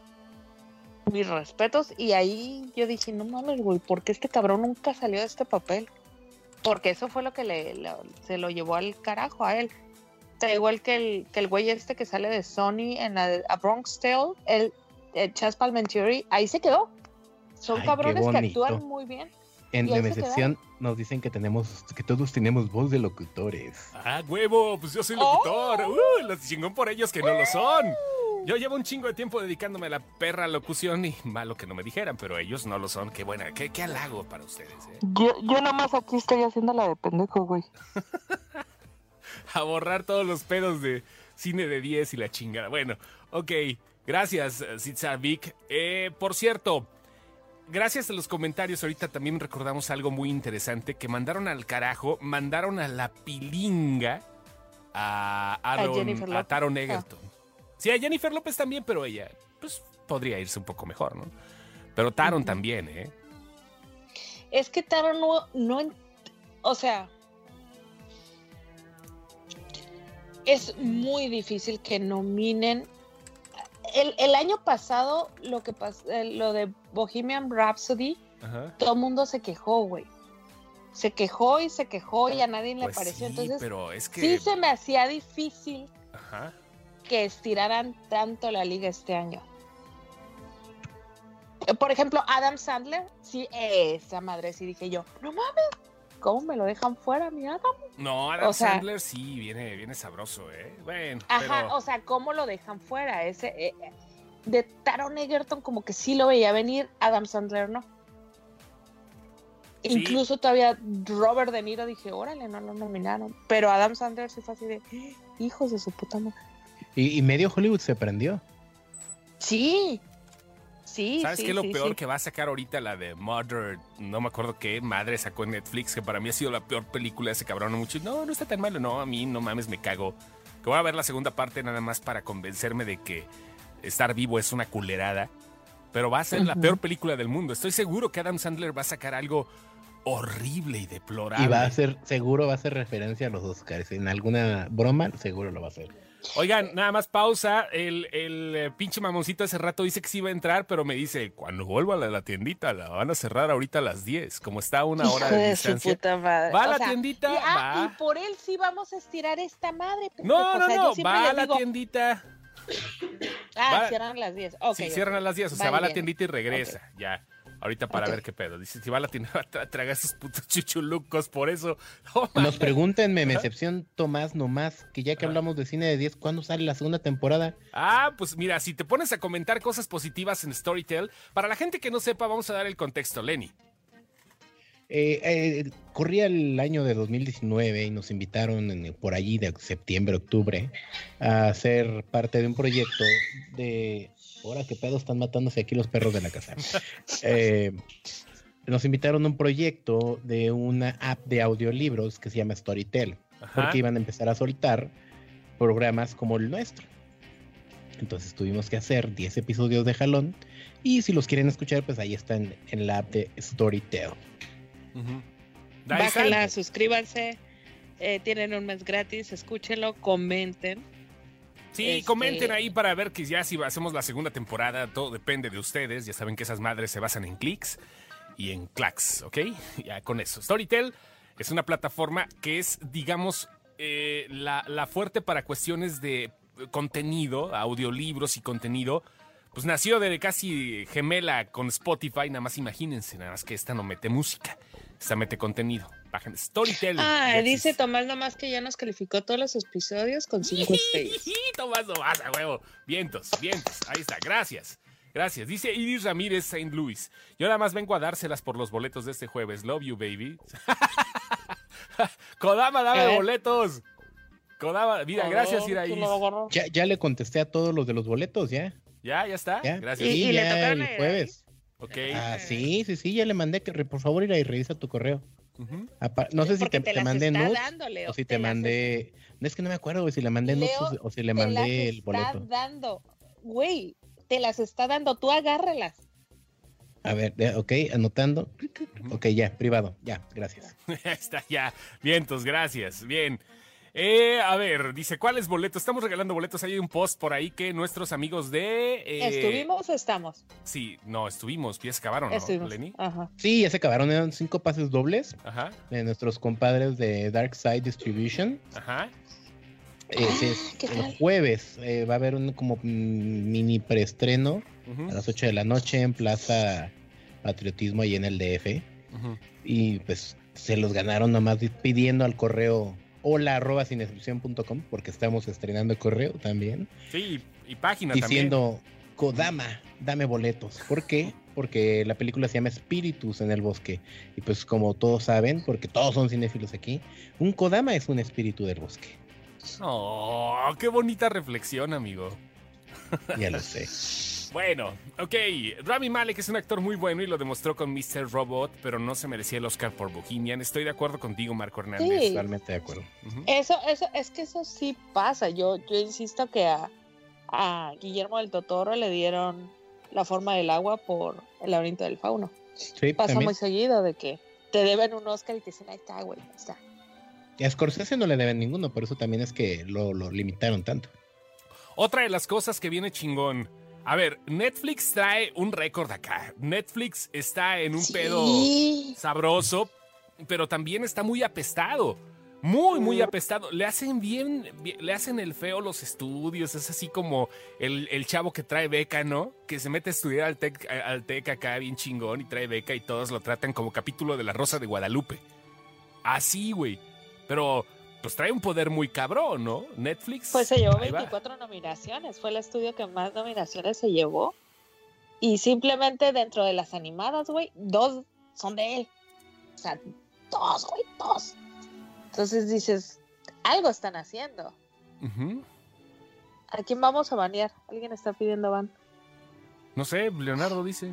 mis respetos. Y ahí yo dije, no mames, güey, ¿por qué este cabrón nunca salió de este papel? Porque eso fue lo que le, lo- se lo llevó al carajo a él. O sea, igual que el, que el güey este que sale de Sony en la de A Bronx Tale, el, el Chaz Palminteri, ahí se quedó. Son Ay, qué cabrones que bonito. actúan muy bien. En y ahí de se excepción nos dicen que tenemos, que todos tenemos voz de locutores. Ah, huevo, pues yo soy Oh. locutor. Uh, los chingón por ellos que no lo son. Yo llevo un chingo de tiempo dedicándome a la perra locución y malo que no me dijeran, pero ellos no lo son. Qué buena, qué, qué halago para ustedes, ¿eh? Yo, yo nomás aquí estoy haciendo la de pendejo, güey. A borrar todos los pedos de cine de diez y la chingada. Bueno, ok. Gracias, Zitzavik. Eh, por cierto, gracias a los comentarios, ahorita también recordamos algo muy interesante, que mandaron al carajo, mandaron a la pilinga a, Aaron, Jennifer a López. Taron Egerton. Sí, a Jennifer López también, pero ella, pues, podría irse un poco mejor, ¿no? Pero Taron Ujú. también, ¿eh? Es que Taro no, no, en- o sea, es muy difícil que nominen. El, el año pasado, lo que pas- eh, lo de Bohemian Rhapsody, Ajá. todo el mundo se quejó, güey. Se quejó y se quejó y a nadie le Pues pareció. sí, Entonces, pero es que... sí se me hacía difícil Ajá. que estiraran tanto la liga este año. Eh, Por ejemplo, Adam Sandler, sí, esa madre sí dije yo, no mames, ¿cómo me lo dejan fuera, mi Adam? No, Adam O sea- Sandler sí, viene, viene sabroso, ¿eh? Bueno, Ajá, pero... o sea, ¿cómo lo dejan fuera? Ese eh, eh, de Taron Egerton como que sí lo veía venir, Adam Sandler no. Sí. Incluso todavía Robert De Niro dije, órale, no lo nominaron. Pero Adam Sandler sí fue así de, hijos de su puta madre. Y, y medio Hollywood se prendió. Sí, sí, ¿Sabes sí, qué es lo sí, peor sí. que va a sacar ahorita? La de Mother, no me acuerdo qué madre sacó en Netflix, que para mí ha sido la peor película de ese cabrón. Mucho, no, no está tan malo, no, a mí no mames, me cago. Que voy a ver la segunda parte nada más para convencerme de que estar vivo es una culerada. Pero va a ser la Ujú. peor película del mundo. Estoy seguro que Adam Sandler va a sacar algo horrible y deplorable. Y va a ser, seguro va a hacer referencia a los Oscars. En alguna broma, seguro lo va a hacer. Oigan, nada más pausa. El, el eh, pinche mamoncito hace rato dice que sí iba a entrar, pero me dice, cuando vuelva a la tiendita, la van a cerrar ahorita a las diez. Como está a una hora Hijo de de su distancia. puta madre. Va a O la sea, tiendita, y, ah, va. y por él sí vamos a estirar esta madre. No, pendejo. no, O sea, yo no, siempre va a les la digo, tiendita. Ah, va- cierran a las diez. Ok, sí, ok. cierran a las diez, o sea, Vale, va a la bien. tiendita y regresa, ya. Ahorita para Ok. ver qué pedo. Dice, si va a la tienda, va a tra- tragar esos putos chuchulucos, por eso. No, Nos mames. preguntan, Memecepción Tomás, nomás, que ya que hablamos de cine de diez, ¿cuándo sale la segunda temporada? Ah, pues mira, si te pones a comentar cosas positivas en Storytel, para la gente que no sepa, vamos a dar el contexto, Lenny. Eh, eh, corría el año de dos mil diecinueve y nos invitaron en- por allí de septiembre, octubre, a ser parte de un proyecto de... Ahora qué pedo, están matándose aquí los perros de la casa. Eh, nos invitaron a un proyecto de una app de audiolibros que se llama Storytel. Ajá. porque iban a empezar a soltar programas como el nuestro. Entonces tuvimos que hacer diez episodios de jalón. Y si los quieren escuchar, pues ahí están en la app de Storytel. Uh-huh. Ahí están. Bájenla, suscríbanse. Eh, tienen un mes gratis, escúchenlo, comenten. Sí, Este- comenten ahí para ver que ya si hacemos la segunda temporada, todo depende de ustedes. Ya saben que esas madres se basan en clics y en clacks, ¿ok? Ya con eso. Storytel es una plataforma que es, digamos, eh, la, la fuerte para cuestiones de contenido, audiolibros y contenido. Pues nació de casi gemela con Spotify, nada más imagínense, nada más que esta no mete música, esta mete contenido. Bajen Storytel. Ah, ya dice existe. Tomás nomás que ya nos calificó todos los episodios con cinco estrellas. Tomás nomás, a huevo. Vientos, vientos. Ahí está, gracias. Gracias. Dice Iris Ramírez Saint Louis. Yo nada más vengo a dárselas por los boletos de este jueves. Love you, baby. Kodama, dame ¿Eh? boletos. Kodama, mira, gracias, Iraís. Ya, ya le contesté a todos los de los boletos, ya. ¿Ya? ¿Ya está? Ya. Gracias. ¿Y- Sí, y le ya tocaron el a jueves. Ok. Ah, sí, sí, sí, ya le mandé que re- por favor ir y revisa tu correo. Ujú. Apa- no sé si Porque te, te te las mandé está nudes dando, Leo, o si te te las mandé. No, es que no me acuerdo, güey, si le mandé nudes o si- o si le Te las mandé el está boleto. dando. Güey, te las está dando. Tú agárralas. A ver, de- ok, anotando. Ok, ya, privado, ya, gracias. Está ya. Vientos, gracias. Bien. Eh, a ver, dice, ¿cuáles boletos? Estamos regalando boletos. Hay un post por ahí que nuestros amigos de... eh, ¿Estuvimos o estamos? Sí, no, estuvimos. Ya se acabaron, ¿no, Estuvimos. Lenny? Ajá. Sí, ya se acabaron, eran cinco pases dobles Ajá, de nuestros compadres de Dark Side Distribution. ajá. Ese es Ah, ¿qué el tal? jueves, eh, va a haber un como mm, mini preestreno Ujú, a las ocho de la noche en Plaza Patriotismo ahí en el D F. ujú. Y pues se los ganaron nomás pidiendo al correo hola arroba cinescripción punto com, porque estamos estrenando el correo también, Sí, y, y página diciendo Kodama, dame boletos. ¿Por qué? Porque la película se llama Espíritus en el Bosque. Y pues como todos saben, porque todos son cinéfilos aquí, un Kodama es un espíritu del bosque. también. Oh, qué bonita reflexión, amigo. Ya lo sé. Bueno, ok. Rami Malek es un actor muy bueno y lo demostró con mister Robot, pero no se merecía el Oscar por Bohemian. Estoy de acuerdo contigo, Marco Hernández. Sí. Totalmente de acuerdo. Ujú. Eso, eso, es que eso sí pasa. Yo, yo insisto que a, a Guillermo del Totoro le dieron La forma del agua por El laberinto del fauno. Sí, Pasa también. muy seguido de que te deben un Oscar y te dicen, ahí está, güey, ahí está. Y a Scorsese no le deben ninguno, por eso también es que lo, lo limitaron tanto. Otra de las cosas que viene chingón. A ver, Netflix trae un récord acá. Netflix está en un Sí. pedo sabroso, pero también está muy apestado. Muy, muy apestado. Le hacen bien, bien- le hacen el feo los estudios. Es así como el, el chavo que trae beca, ¿no? Que se mete a estudiar al TEC, al TEC acá bien chingón y trae beca y todos lo tratan como capítulo de La Rosa de Guadalupe. Así, güey. Pero, pues trae un poder muy cabrón, ¿no? Netflix. Pues se llevó ahí va. veinticuatro nominaciones. Fue el estudio que más nominaciones se llevó. Y simplemente dentro de las animadas, güey, dos son de él. O sea, dos, güey, dos. Entonces dices, algo están haciendo. Ujú. ¿A quién vamos a banear? Alguien está pidiendo ban. No sé, Leonardo dice.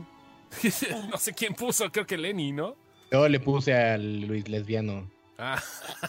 No sé quién puso, creo que Lenny, ¿no? Yo le puse al Luis Lesbiano. Ah.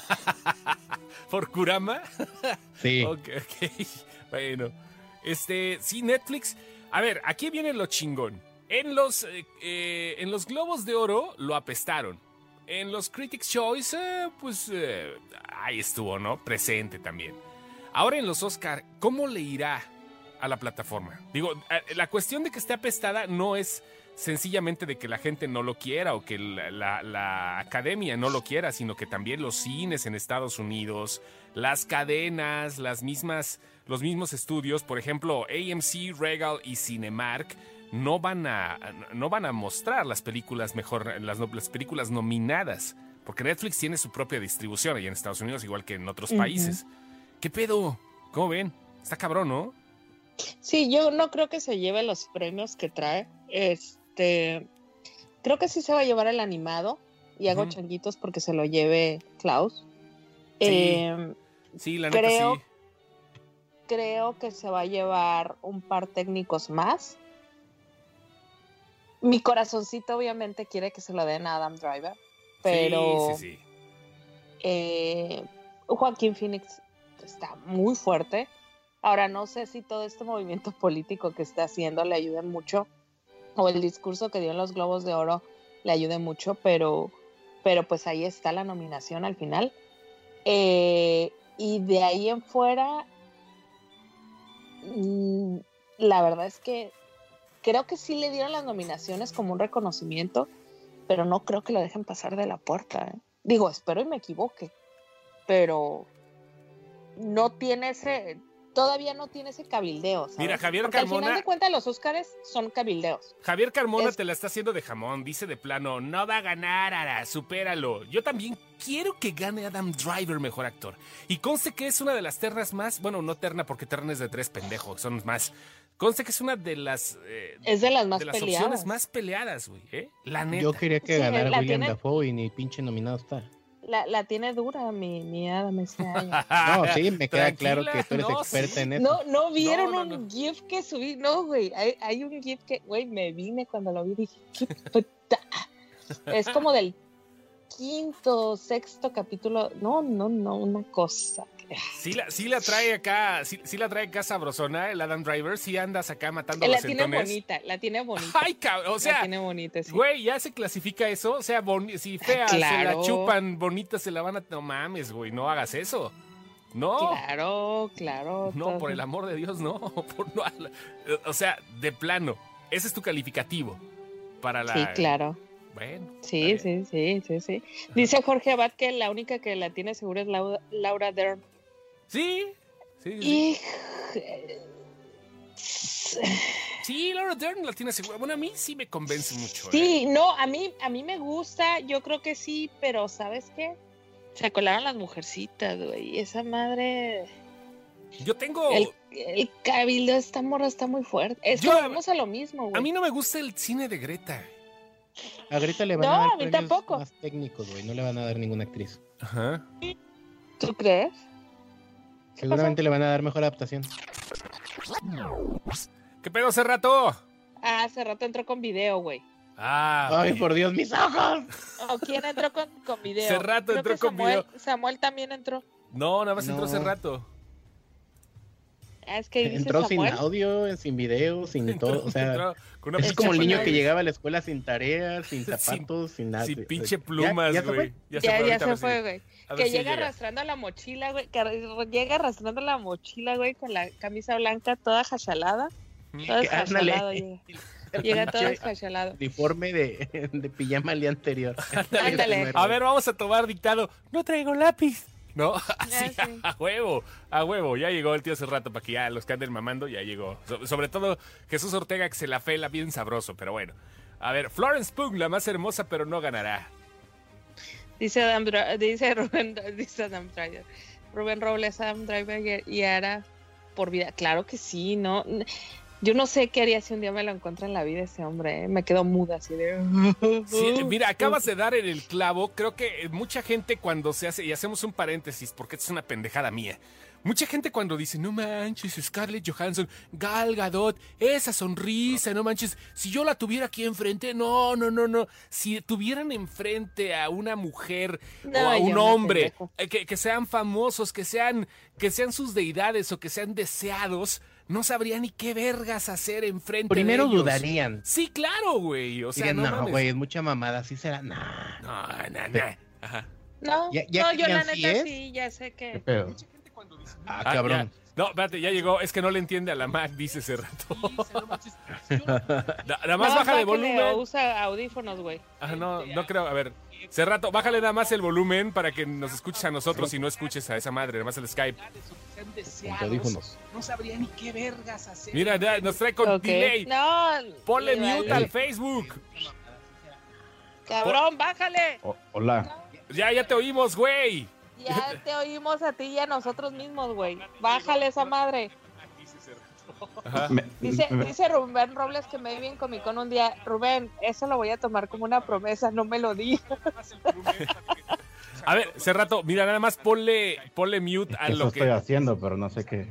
¿Por Kurama? Sí. Ok, ok. Bueno. Este, sí, Netflix. A ver, aquí viene lo chingón. En los, eh, eh, en los Globos de Oro lo apestaron. En los Critics' Choice, eh, pues eh, ahí estuvo, ¿no? Presente también. Ahora en los Oscar, ¿cómo le irá a la plataforma? Digo, eh, la cuestión de que esté apestada no es sencillamente de que la gente no lo quiera o que la, la- la academia no lo quiera, sino que también los cines en Estados Unidos, las cadenas, las mismas, los mismos estudios, por ejemplo, A M C, Regal y Cinemark, no van a, no van a mostrar las películas mejor, las, no- las películas nominadas, porque Netflix tiene su propia distribución allá en Estados Unidos, igual que en otros Ujú. países. ¿Qué pedo? ¿Cómo ven? Está cabrón, ¿no? Sí, yo no creo que se lleve los premios que trae. Este, creo que sí se va a llevar el animado y hago Ujú. changuitos porque se lo lleve Klaus. Sí. Eh, Sí, la neta Creo- sí. creo que se va a llevar un par técnicos más. Mi corazoncito obviamente quiere que se lo den a Adam Driver, pero Sí, sí, sí. eh, Joaquín Phoenix está muy fuerte. Ahora, no sé si todo este movimiento político que está haciendo le ayude mucho, o el discurso que dio en los Globos de Oro le ayude mucho, pero, pero pues ahí está la nominación al final. Eh, y de ahí en fuera, mmm, la verdad es que creo que sí le dieron las nominaciones como un reconocimiento, pero no creo que lo dejen pasar de la puerta, ¿eh? Digo, espero y me equivoque, pero no tiene ese... Todavía no tiene ese cabildeo, ¿sabes? Mira, Javier Porque Carmona... al final de cuentas los Óscares son cabildeos. Javier Carmona Es- te la está haciendo de jamón. Dice de plano, no va a ganar, Ara, supéralo. Yo también quiero que gane Adam Driver mejor actor. Y conste que es una de las ternas más... Bueno, no terna porque terna es de tres pendejos, son más... Conste que es una de las... eh, Es de las más de las peleadas. opciones más peleadas, güey, ¿eh? La neta. Yo quería que Sí, ganara la William tiene- Dafoe y ni pinche nominado está. La, la tiene dura mi, mi Adam este año. No, sí, me queda claro Tranquila, que tú eres no, experta sí. en eso. No, no vieron No, no, un no. GIF que subí. No, güey. Hay, hay un GIF que, güey, me vine cuando lo vi. Dije, ¿qué puta? Es como del quinto, sexto capítulo. No, no, no, una cosa. Sí la, sí la trae acá, sí, sí la trae acá sabrosona, el Adam Driver. Sí andas acá matando La los tiene centones. bonita, la tiene bonita. Ay, cabrón, o la sea... tiene bonita, sí. Güey, ¿ya se clasifica eso? O sea, boni- si fea se la claro. chupan, bonita se la van a... No mames, güey, no hagas eso. No, Claro, claro. no, todo. por el amor de Dios, no. Por no o sea, de plano, ese es tu calificativo para la... Sí, claro. Bueno. Sí, está bien. sí, sí, sí, sí. Dice Jorge Abad que la única que la tiene segura es Laura, Laura Dern. Sí, sí, sí. Y... Sí, Laura Dern la tiene segura. Bueno, a mí sí me convence mucho. ¿eh? Sí, no, a mí, a mí me gusta, yo creo que sí, pero ¿sabes qué? Se colaron las mujercitas, güey. Esa madre. Yo tengo... El, el cabildo de esta morra está muy fuerte. Es que Yo- vamos a lo mismo, güey. A mí no me gusta el cine de Greta. A Greta le van No, a dar a mí premios tampoco. más técnicos, güey. No le van a dar ninguna actriz. Ajá. ¿Tú crees? Seguramente le van a dar mejor adaptación. ¿Qué pedo hace rato? Ah, hace rato entró con video, güey. Ah, Ay, ok. por Dios, mis ojos. ¿O quién entró con, con video? Hace rato Creo entró que con Samuel, video. Samuel también entró. No, nada más No. entró hace rato. Ah, es que dice Entró sin Samuel. audio, sin video, sin todo. O sea, Entró con una es pinche como el niño pluma, que llegaba a la escuela sin tareas, sin Sin- zapatos, sin, nada. sin pinche ¿Ya- plumas, ya se fue? güey. Ya Ya, ya ahorita a se ver si- fue, güey. a ver Que si llega llega. arrastrando la mochila, güey. Que arra- llega arrastrando la mochila, güey, con la camisa blanca toda jachalada. Todo Que- ándale. desjachalado llega. Llega todo Pinche desjachalado. uniforme de, de pijama el día anterior. Ándale. A ver, vamos a tomar dictado. No traigo lápiz. No, así, Ya sé. a huevo, a huevo. Ya llegó el tío hace rato para que ya los que anden mamando, ya llegó. So- sobre todo Jesús Ortega, que se la fela bien sabroso, pero bueno. A ver, Florence Pugh, la más hermosa, pero no ganará. Dice Adam Dra- dice Rubén, dice Adam Driver. Rubén Robles, Adam Driver y Ara por vida. Claro que sí, ¿no? Yo no sé qué haría si un día me lo encuentro en la vida ese hombre, ¿eh? Me quedo muda así de... Sí, mira, acabas de dar en el clavo. Creo que mucha gente cuando se hace, y hacemos un paréntesis porque esto es una pendejada mía. Mucha gente cuando dice, no manches, Scarlett Johansson, Gal Gadot, esa sonrisa, no manches, si yo la tuviera aquí enfrente, no, no, no, no. Si tuvieran enfrente a una mujer No, o a yo un no, hombre, pendejo. eh, que, que sean famosos, que sean, que sean sus deidades o que sean deseados, no sabría ni qué vergas hacer enfrente Primero de ellos. dudarían. Sí, claro, güey. O sea, Dirían, no, no, mames. güey, es mucha mamada, así será. Nah. No, no, no. Ajá. No, Ya- ya no, que yo la así neta es. sí, ya sé que... Pero, Ah, Ah, cabrón. ya. No, espérate, ya llegó. Es que no le entiende a la Mac, dice ese rato. Na- Nada más No, bájale bájale, volumen. usa audífonos, güey. Ah, no, no creo. A ver, Cerrato, bájale nada más el volumen para que nos escuches a nosotros y no escuches a esa madre, nada más el Skype. Con audífonos. No sabría ni qué vergas hacer. Mira, ya nos trae con Ok. delay. No, Ponle le mute vale. al Facebook. Cabrón, bájale. o- hola. Ya, ya te oímos, güey. Ya te oímos a ti y a nosotros mismos, güey. Bájale esa madre. Ajá. Me- Dice, me- dice Rubén Robles que me vi en Comic Con un día. Rubén, eso lo voy a tomar como una promesa, no me lo di. A ver, Cerrato, mira, nada más ponle, ponle mute a Eso lo estoy que... haciendo, pero no sé qué.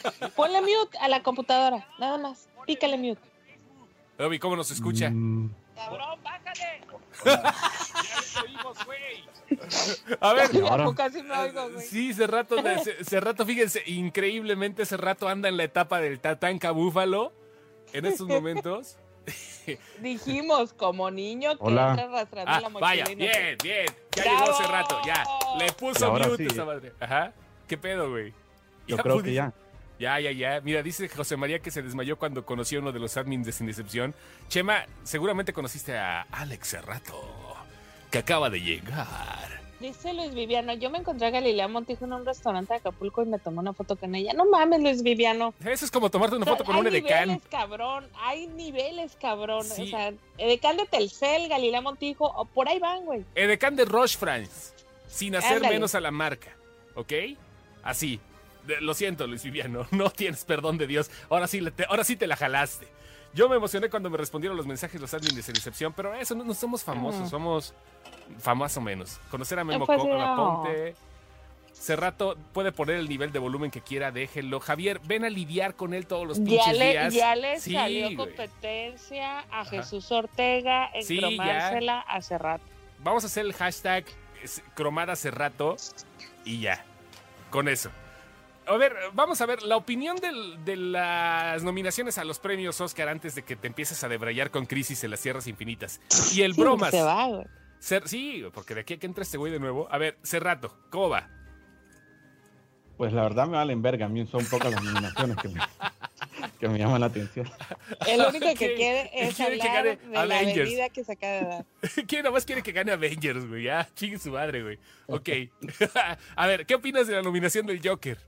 Ponle mute a la computadora, nada más. Pícale mute. Obi, ¿cómo nos escucha? Mm, cabrón, bájale. Ya te oímos, güey. A ver. Ya, ya, casi me oigo, güey. Sí, Cerrato, Cerrato, fíjense, increíblemente Cerrato anda en la etapa del Tatanka Búfalo en estos momentos. Dijimos, como niño que Hola. entra arrastrando Ah, la mochila. vaya, y no bien, sé. bien. Ya ¡Bravo! llegó Cerrato, ya. Le puso Ahora mute sí. esa madre. Ajá. ¿Qué pedo, güey? Yo Ya creo pudiste- que ya. Ya, ya, ya. Mira, dice José María que se desmayó cuando conoció a uno de los admins de Sin Decepción. Chema, seguramente conociste a Alex Cerrato, que acaba de llegar. Dice Luis Viviano, yo me encontré a Galilea Montijo en un restaurante de Acapulco y me tomé una foto con ella. No mames, Luis Viviano. Eso es como tomarte una O sea, foto con hay un edecán. niveles, cabrón. Hay niveles, cabrón. Sí. O sea, edecán de Telcel, Galilea Montijo, o por ahí van, güey. Edecán de Roche France, sin hacer Ándale. menos a la marca, ¿ok? Así. De- Lo siento, Luis Viviano, no tienes perdón de Dios. Ahora sí, le te, ahora sí te la jalaste. Yo me emocioné cuando me respondieron los mensajes los admins de Sin Decepción, pero eso no, no somos famosos, Ujú. somos famosos menos. Conocer a Memo Pues sí, Co- no. Ponte. Cerrato puede poner el nivel de volumen que quiera, déjenlo. Javier, ven a lidiar con él todos los pinches Ya le, días. ya le Sí, salió güey. competencia a Ajá. Jesús Ortega en Sí, cromársela hace rato. Vamos a hacer el hashtag es- cromada Cerrato y ya. Con eso. A ver, vamos a ver la opinión del- de las nominaciones a los premios Oscar antes de que te empieces a debrayar con Crisis en las Tierras Infinitas. Y el Sí, bromas. se va, güey. Cer- sí, porque de aquí a que entra este güey de nuevo. A ver, Cerrato, ¿cómo va? Pues la verdad me valen verga. A mí son pocas las nominaciones que me, que me llaman la atención. El único que ¿Quiere- quiere es quiere que hablar gane de la Avengers? avenida que se acaba de dar. ¿Quién nomás quiere que gane Avengers, güey? Ya, chingue su madre, güey. Ok. A ver, ¿qué opinas de la nominación del Joker?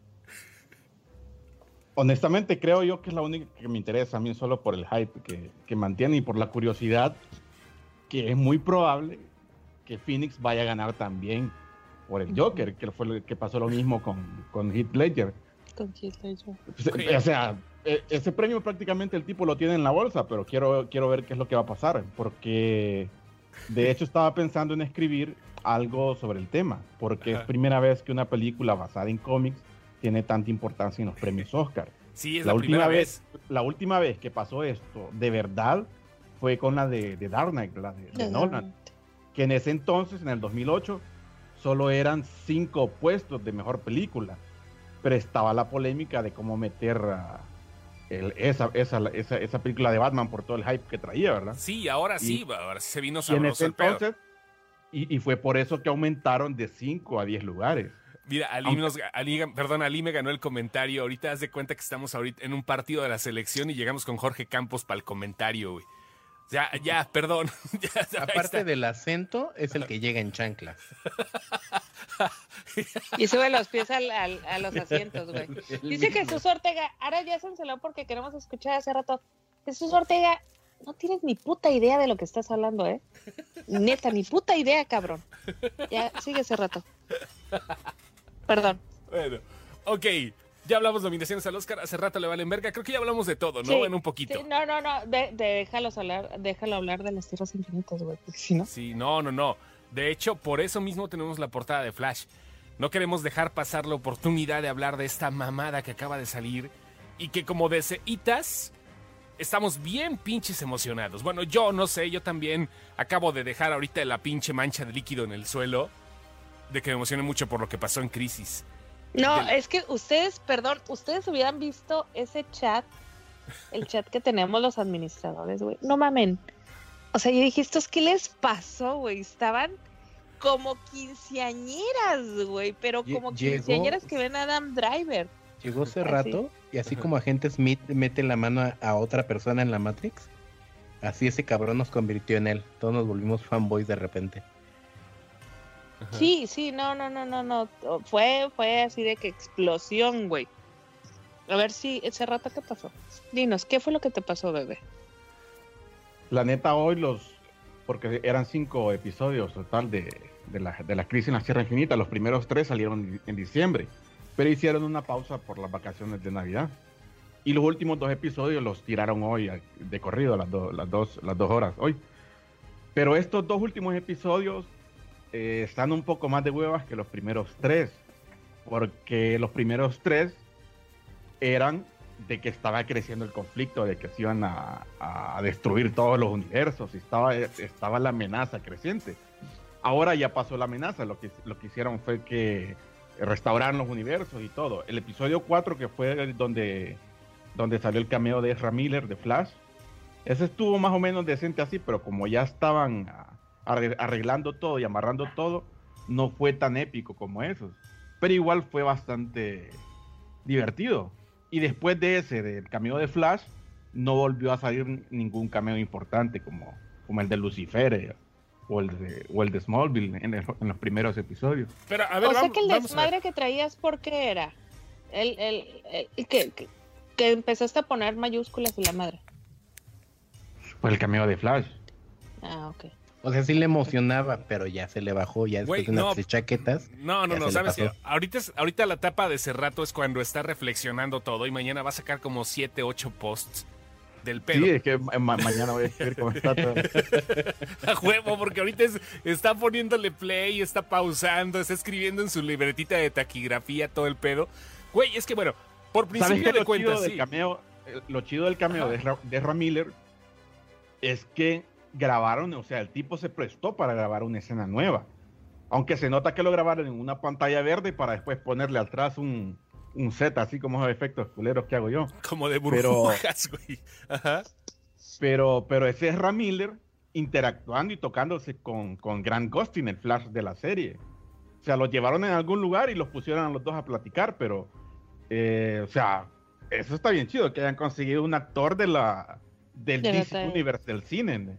Honestamente creo yo que es la única que me interesa a mí solo por el hype que, que mantiene y por la curiosidad que es muy probable que Phoenix vaya a ganar también por el Joker, que fue lo que pasó lo mismo con, con Heath Ledger. Con Heath Ledger. Se- O sea, e- ese premio prácticamente el tipo lo tiene en la bolsa, pero quiero, quiero ver qué es lo que va a pasar, porque de hecho estaba pensando en escribir algo sobre el tema, porque Ajá. es primera vez que una película basada en cómics tiene tanta importancia en los premios Oscar. Sí, es La la, última primera vez, vez. la última vez que pasó esto de verdad fue con la de, de Dark Knight, la de, de Nolan, que en ese entonces, en el dos mil ocho, solo eran cinco puestos de mejor película, pero estaba la polémica de cómo meter a el- esa, esa, esa, esa película de Batman por todo el hype que traía, ¿verdad? Sí, ahora sí, Y- ahora sí se vino Y en sabroso ese el pedo. entonces, y, y fue por eso que aumentaron de cinco a diez lugares. Mira, Ali, Aunque- nos, Ali, perdón, Ali me ganó el comentario. Ahorita haz de cuenta que estamos ahorita en un partido de la selección y llegamos con Jorge Campos para el comentario, güey. Ya, ya, perdón. Ya, ahí Aparte está. del acento, es el que llega en chanclas. Y sube los pies al- al- a los asientos, güey. Dice Jesús Ortega, ahora ya se enceló porque queremos escuchar hace rato. Jesús Ortega, no tienes ni puta idea de lo que estás hablando, ¿eh? Neta, ni puta idea, cabrón. Ya, sigue ese rato. Perdón. Bueno, ok. Ya hablamos de nominaciones al Oscar. Hace rato le valen verga. Creo que ya hablamos de todo, ¿no? Sí, En un poquito. Sí, no, no, no, de, de- déjalos hablar, déjalo hablar de las tierras infinitas, güey, porque si no. Sí, no, no, no. De hecho, por eso mismo tenemos la portada de Flash. No queremos dejar pasar la oportunidad de hablar de esta mamada que acaba de salir y que como deseitas estamos bien pinches emocionados. Bueno, yo no sé, yo también acabo de dejar ahorita la pinche mancha de líquido en el suelo de que me emocioné mucho por lo que pasó en Crisis. No, Del- es que ustedes, perdón, ustedes hubieran visto ese chat, el chat que tenemos los administradores, güey. No mamen. O sea, yo dije, ¿estos qué les pasó, güey? Estaban como quinceañeras, güey, pero Lle- como llegó- quinceañeras que ven a Adam Driver. Llegó hace Así. rato y así Ajá. como agente Smith mete la mano a, a otra persona en la Matrix, así ese cabrón nos convirtió en él. Todos nos volvimos fanboys de repente. Ajá. Sí, sí, no, no, no, no, no. Fue, fue así de que explosión, güey. A ver si ese rato qué pasó. Dinos, ¿qué fue lo que te pasó, bebé? La neta, hoy los, porque eran cinco episodios total de, de, la, de la crisis en la Tierra Infinita, los primeros tres salieron en diciembre, pero hicieron una pausa por las vacaciones de Navidad. Y los últimos dos episodios los tiraron hoy a- de corrido, las, do- las, dos, las dos horas hoy. Pero estos dos últimos episodios eh, están un poco más de huevas que los primeros tres, porque los primeros tres eran de que estaba creciendo el conflicto, de que se iban a, a destruir todos los universos, y estaba, estaba la amenaza creciente. Ahora ya pasó la amenaza, lo que, lo que hicieron fue que restauraron los universos y todo. El episodio cuatro, que fue el donde, donde salió el cameo de Ezra Miller de Flash, ese estuvo más o menos decente así, pero como ya estaban arreglando todo y amarrando todo, no fue tan épico como esos. Pero igual fue bastante divertido. Y después de ese, del cameo de Flash, no volvió a salir ningún cameo importante como, como el de Lucifer eh, o, el de, o el de Smallville en, el, en los primeros episodios. Pero, a ver, o sea vamos, que el vamos desmadre que traías, ¿por qué era? El, el, el, el que, que, que empezaste a poner mayúsculas y la madre. Fue el cameo de Flash. Ah, ok. O sea, sí le emocionaba, pero ya se le bajó, ya después Güey, de unas no. chaquetas. No, no, ya no, se le sabes que pasó. ahorita, es- ahorita la etapa de ese rato es cuando está reflexionando todo y mañana va a sacar como siete, ocho posts del pedo. Sí, es que ma- mañana voy a escribir cómo está todo. A huevo, porque ahorita es- está poniéndole play, está pausando, está escribiendo en su libretita de taquigrafía todo el pedo. Güey, es que bueno, por ¿Sabes principio qué? de Lo cuentas, chido del sí. cameo, eh, lo chido del cameo Ajá. de Ezra, de Ezra Miller es que grabaron, o sea, el tipo se prestó para grabar una escena nueva. Aunque se nota que lo grabaron en una pantalla verde para después ponerle atrás un, un set, así como esos efectos culeros que hago yo. Como de Pero- burbujas, güey. Ajá. Pero, pero ese es Ezra Miller interactuando y tocándose con, con Grant Gustin, el Flash de la serie. O sea, los llevaron en algún lugar y los pusieron a los dos a platicar, pero, eh, o sea, eso está bien chido, que hayan conseguido un actor de la, del De la D C talla. Universe del cine.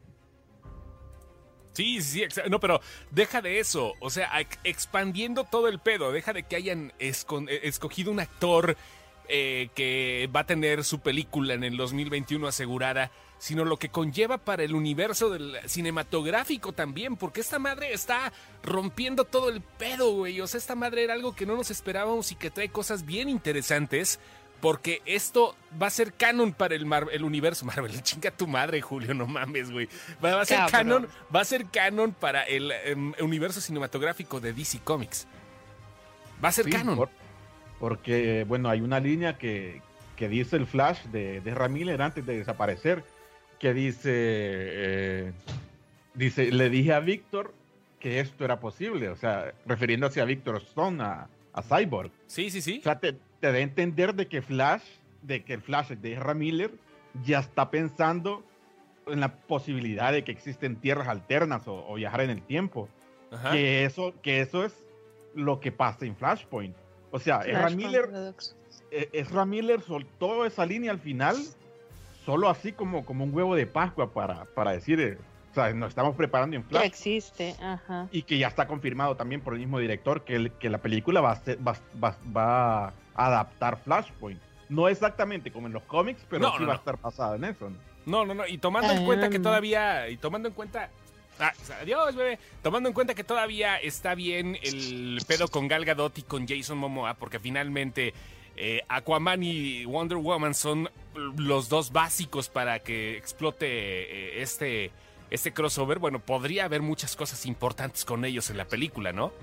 Sí, sí, sí, exa- no, pero deja de eso, o sea, ex- expandiendo todo el pedo, deja de que hayan escon- eh, escogido un actor eh, que va a tener su película en el dos mil veintiuno asegurada, sino lo que conlleva para el universo del cinematográfico también, porque esta madre está rompiendo todo el pedo, güey, o sea, esta madre era algo que no nos esperábamos y que trae cosas bien interesantes. Porque esto va a ser canon para el, Mar- el universo Marvel. Chinga tu madre, Julio, no mames, güey. Va, va a ser Cabrón. canon, va a ser canon para el em, universo cinematográfico de D C Comics. Va a ser Sí, canon. por- porque, bueno, hay una línea que, que dice el Flash de, de Ezra Miller antes de desaparecer, que dice, eh, dice, le dije a Víctor que esto era posible, o sea, refiriéndose a Víctor Stone, a, a Cyborg. Sí, sí, sí. O sea, te, te da a entender de que Flash, de que el Flash de Ezra Miller ya está pensando en la posibilidad de que existen tierras alternas o, o viajar en el tiempo. Ajá. Que eso, que eso es lo que pasa en Flashpoint. O sea, Ezra Flashpoint Miller, Paradox. eh, Ezra Miller soltó esa línea al final, solo así como, como un huevo de Pascua para, para decir, eh, o sea, nos estamos preparando en Que Flash. existe, ajá. Y que ya está confirmado también por el mismo director que, el- que la película va a, ser- va, va- va a adaptar Flashpoint. No exactamente como en los cómics, pero No, sí no, va no. a estar basada en eso, ¿no? No, no, no. Y tomando en cuenta que Ah. todavía. Y tomando en cuenta. Ah, adiós, bebé. Tomando en cuenta que todavía está bien el pedo con Gal Gadot y con Jason Momoa, porque finalmente eh, Aquaman y Wonder Woman son los dos básicos para que explote eh, este, este crossover. Bueno, podría haber muchas cosas importantes con ellos en la película, ¿no?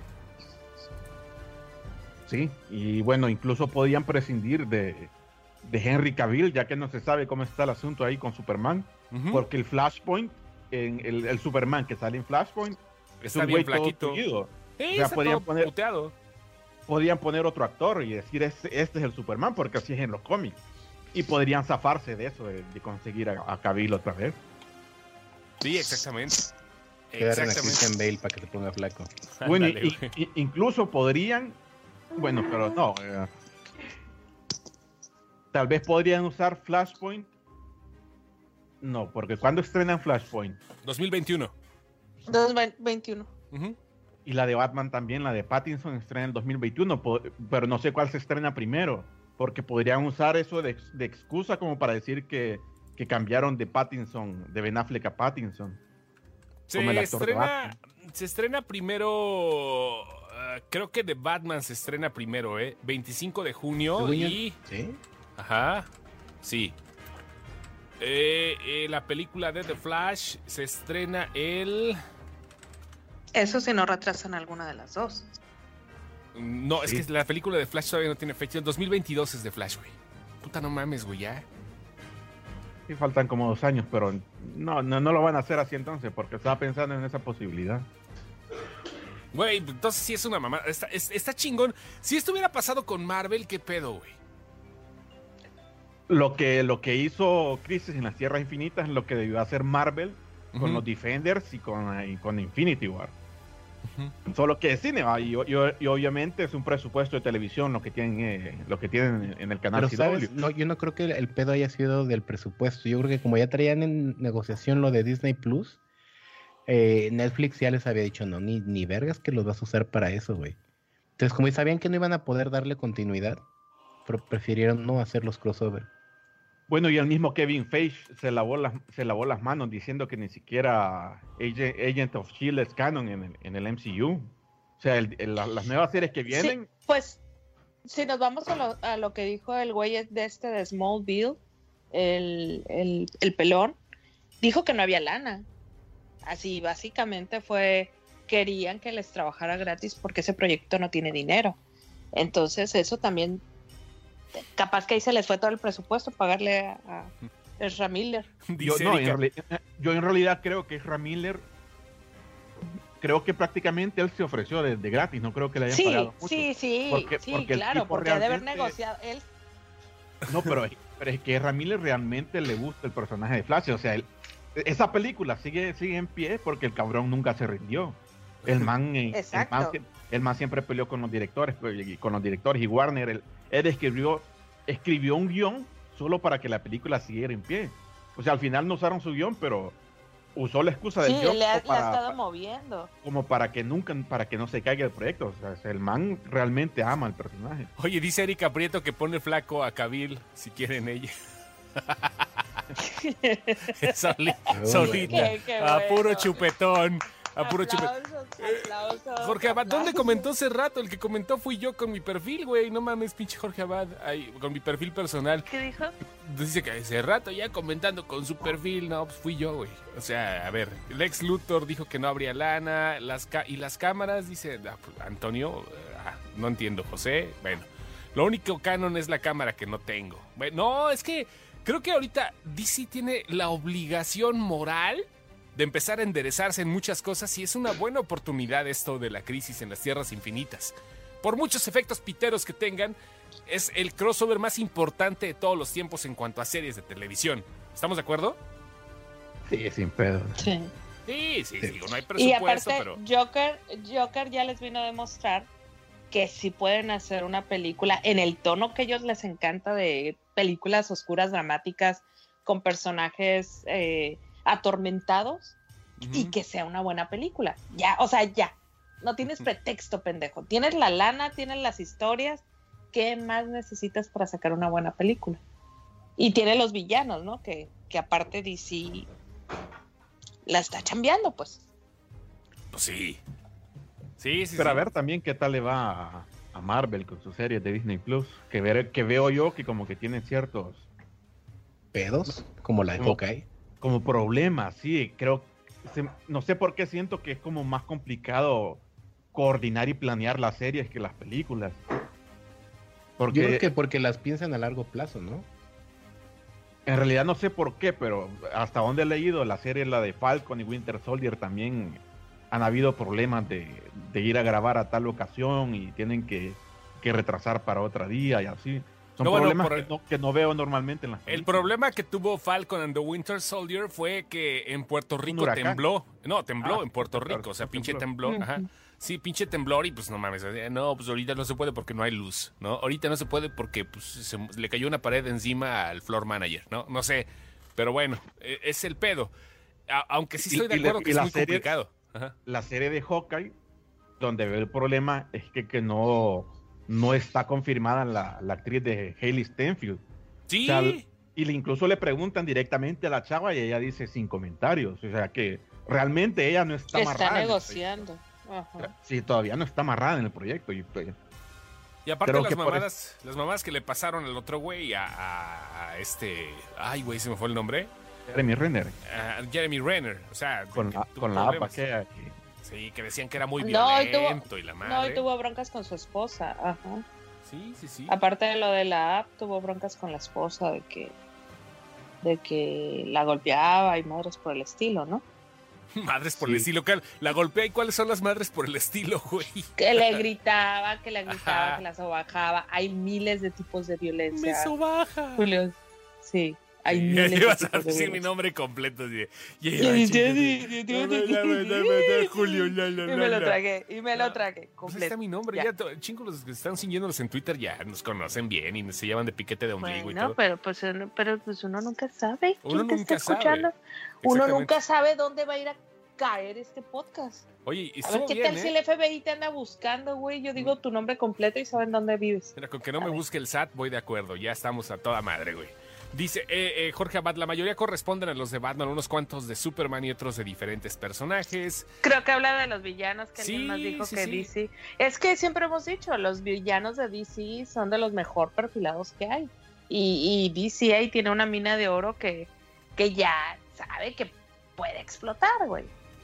Sí, y bueno, incluso podían prescindir de, de Henry Cavill, ya que no se sabe cómo está el asunto ahí con Superman, Ujú. porque el Flashpoint, en el, el Superman que sale en Flashpoint, es Está un bien güey todo flaquito. tullido. Sí, sea, está podían todo poner- puteado. Podían poner otro actor y decir, este, este es el Superman, porque así es en los cómics. Y podrían zafarse de eso, de, de conseguir a, a Cavill otra vez. Sí, exactamente. Quedaron a Exactamente. Christian Bale para que se ponga flaco. Bueno, y- Ándale, y- güey. y- incluso podrían, bueno, pero no. eh, tal vez podrían usar Flashpoint. No, porque cuando estrenan Flashpoint dos mil veintiuno. dos mil veintiuno. Ujú. y la de Batman también, la de Pattinson estrena en el dos mil veintiuno, po- pero no sé cuál se estrena primero, porque podrían usar eso de, ex- de excusa como para decir que, que cambiaron de Pattinson, de Ben Affleck a Pattinson. Como el Se actor de estrena, se estrena primero, ah, creo que de Batman se estrena primero, ¿eh? veinticinco de junio Según yo- y... ¿Sí? Ajá, sí. Eh, eh, la película de The Flash se estrena el... Eso si no retrasan alguna de las dos. No, es Sí. que la película de Flash todavía no tiene fecha. El dos mil veintidós es de Flash, güey. Puta, no mames, güey, ya. Sí, faltan como dos años, pero no, no, no lo van a hacer así entonces, porque estaba pensando en esa posibilidad. Güey, entonces sí es una mamá. Está, es- está chingón. Si esto hubiera pasado con Marvel, ¿qué pedo, güey? Lo que, lo que hizo Crisis en las Tierras Infinitas es lo que debió hacer Marvel con Ujú. los Defenders y con, y con Infinity War. Ujú. Solo que es cine, ¿va? y, y- y obviamente es un presupuesto de televisión lo que tienen, eh, lo que tienen en el canal Pero C W. sabes, no, yo no creo que el, el pedo haya sido del presupuesto. Yo creo que como ya traían en negociación lo de Disney Plus, eh, Netflix ya les había dicho, no, ni, ni vergas que los vas a usar para eso, güey. Entonces, como sabían que no iban a poder darle continuidad, pero prefirieron no hacer los crossover. Bueno, y el mismo Kevin Feige se lavó las, se lavó las manos diciendo que ni siquiera Agent, Agent of S H I E L D es canon en el, en el M C U. O sea, el- el- la- las nuevas series que vienen, Sí, pues, si nos vamos a lo, a lo que dijo el güey de este de Smallville, el, el, el pelón, dijo que no había lana. Así, básicamente fue, querían que les trabajara gratis porque ese proyecto no tiene dinero. Entonces, eso también, capaz que ahí se les fue todo el presupuesto, pagarle a, a Ezra Miller. yo, Dice no, en Erika. reali- yo en realidad creo que Ezra Miller, creo que prácticamente él se ofreció de, de gratis, no creo que le hayan Sí, pagado mucho. sí, sí, Porque- sí, porque el claro, tipo porque ha de haber realmente- negociado él. No, pero, pero es que Ezra Miller realmente le gusta el personaje de Flash. O sea, él- esa película sigue, sigue en pie porque el cabrón nunca se rindió. El man, eh, el Exacto. man, sie- el man siempre peleó con los directores, pues, y con los directores y Warner. Él, él escribió, escribió un guión solo para que la película siguiera en pie. O sea, al final no usaron su guión, pero usó la excusa del Sí, guión le ha, como le ha para, estado moviendo. como para que nunca, para que no se caiga el proyecto. O sea, el man realmente ama al personaje. Oye, dice Erika Prieto que pone flaco a Cabil, si quieren ella. Soli- solita. Qué- qué a puro bueno. chupetón. A puro chupetón. Aplausos, aplausos, Jorge Abad, ¿dónde aplausos. comentó hace rato? El que comentó fui yo con mi perfil, güey. No mames, pinche Jorge Abad. Ay, con mi perfil personal. ¿Qué dijo? Dice que hace rato ya comentando con su perfil. No, pues fui yo, güey. O sea, a ver, Lex Luthor dijo que no habría lana. Las ca- y las cámaras, dice ah, pues, Antonio. ah, no entiendo, José. Bueno, lo único canon es la cámara que no tengo. Bueno, no, es que creo que ahorita D C tiene la obligación moral de empezar a enderezarse en muchas cosas y es una buena oportunidad esto de la crisis en las Tierras Infinitas. Por muchos efectos piteros que tengan, es el crossover más importante de todos los tiempos en cuanto a series de televisión. ¿Estamos de acuerdo? Sí, sin pedo. Sí. Sí, sí, Sí. digo, no hay Y presupuesto, aparte, pero... Joker, Joker ya les vino a demostrar que sí pueden hacer una película en el tono que a ellos les encanta de películas oscuras, dramáticas, con personajes eh, atormentados y Ujú. que sea una buena película. Ya, o sea, ya. No tienes pretexto, pendejo. Tienes la lana, tienes las historias. ¿Qué más necesitas para sacar una buena película? Y tiene los villanos, ¿no? Que, que aparte D C la está chambeando, pues. Pues sí. Sí, sí, Pero a sí. ver también qué tal le va a, a Marvel con sus series de Disney Plus. Que, ver, que veo yo que como que tienen ciertos Pedos, como la de Como- Hawkeye. como problemas, sí. Creo, se- no sé por qué siento que es como más complicado coordinar y planear las series que las películas. Porque Yo creo que porque las piensan a largo plazo, ¿no? en realidad no sé por qué, pero hasta donde he leído la serie, la de Falcon y Winter Soldier, también han habido problemas de, de ir a grabar a tal ocasión y tienen que, que retrasar para otro día y así. Son No, bueno, problemas por- que, no, que no veo normalmente en las El películas. problema que tuvo Falcon and the Winter Soldier fue que en Puerto Rico huracán. tembló. No, tembló Ah, en Puerto claro, Rico. O sea, sí, pinche tembló. temblor. Ajá. Sí, pinche temblor y pues no mames. eh, No, pues ahorita no se puede porque no hay luz, ¿no? Ahorita no se puede porque pues, se- le cayó una pared encima al floor manager, ¿no? No sé. Pero bueno, eh, es el pedo. A- aunque sí Y- estoy de y la- acuerdo que y es la muy serie- complicado. Ajá. La serie de Hawkeye, donde veo el problema es que, que no, no está confirmada la, la actriz de Hailey Steinfeld. Sí. O sea, y le, incluso le preguntan directamente a la chava y ella dice sin comentarios. O sea que realmente ella no está Está amarrada. en el negociando. Ajá. proyecto. Sí, todavía no está amarrada en el proyecto. Y, pues, Y aparte Creo las que por mamadas, las mamadas que le pasaron al otro güey, a, a- a este... Ay, güey, se me fue el nombre. Jeremy Renner, A Jeremy Renner. O sea, con que la, tuvo con la apa problemas. que Sí, que decían que era muy No, y tuvo- violento y la madre. No, y tuvo broncas con su esposa. Ajá. Sí, sí, sí. Aparte de lo de la app, tuvo broncas con la esposa de que, de que la golpeaba y madres por el estilo, ¿no? Madres por Sí. el estilo. La golpea. ¿Y cuáles son las madres por el estilo, güey? Que le gritaba, que le gritaba, Ajá. que la sobajaba. Hay miles de tipos de violencia. Me sobaja. Julio, sí, hay Ya miles de ibas tipos a de decir mi violencia. nombre completo. Así de, Y "Yeah, y- chingas, y- dame, dame, dame, dame, Julio, la, la, y la, me lo la". tragué, y me lo Ah, tragué Pues ahí completo. está mi nombre. Ya. Ya, to- chingos, los que están siguiéndonos en Twitter ya nos conocen bien y se llevan de piquete de ombligo y Bueno, todo. pero pues, uno, pero pues uno nunca sabe. Uno ¿Quién te nunca está escuchando? sabe. Uno Exactamente. nunca sabe dónde va a ir a caer este podcast. Oye, y A ver, estuvo ¿qué bien, tal si ¿eh? el F B I te anda buscando, güey? Yo digo tu nombre completo y saben dónde vives. Mira, con que no A me ver. busque el S A T, voy de acuerdo. Ya estamos a toda madre, güey. Dice eh, eh, Jorge Abad, la mayoría corresponden a los de Batman, unos cuantos de Superman y otros de diferentes personajes. Creo que habla de los villanos que Sí, alguien más dijo sí, que sí. D C. Es que siempre hemos dicho, los villanos de D C son de los mejor perfilados que hay. Y, y D C ahí tiene una mina de oro que, que ya sabe que puede explotar, güey.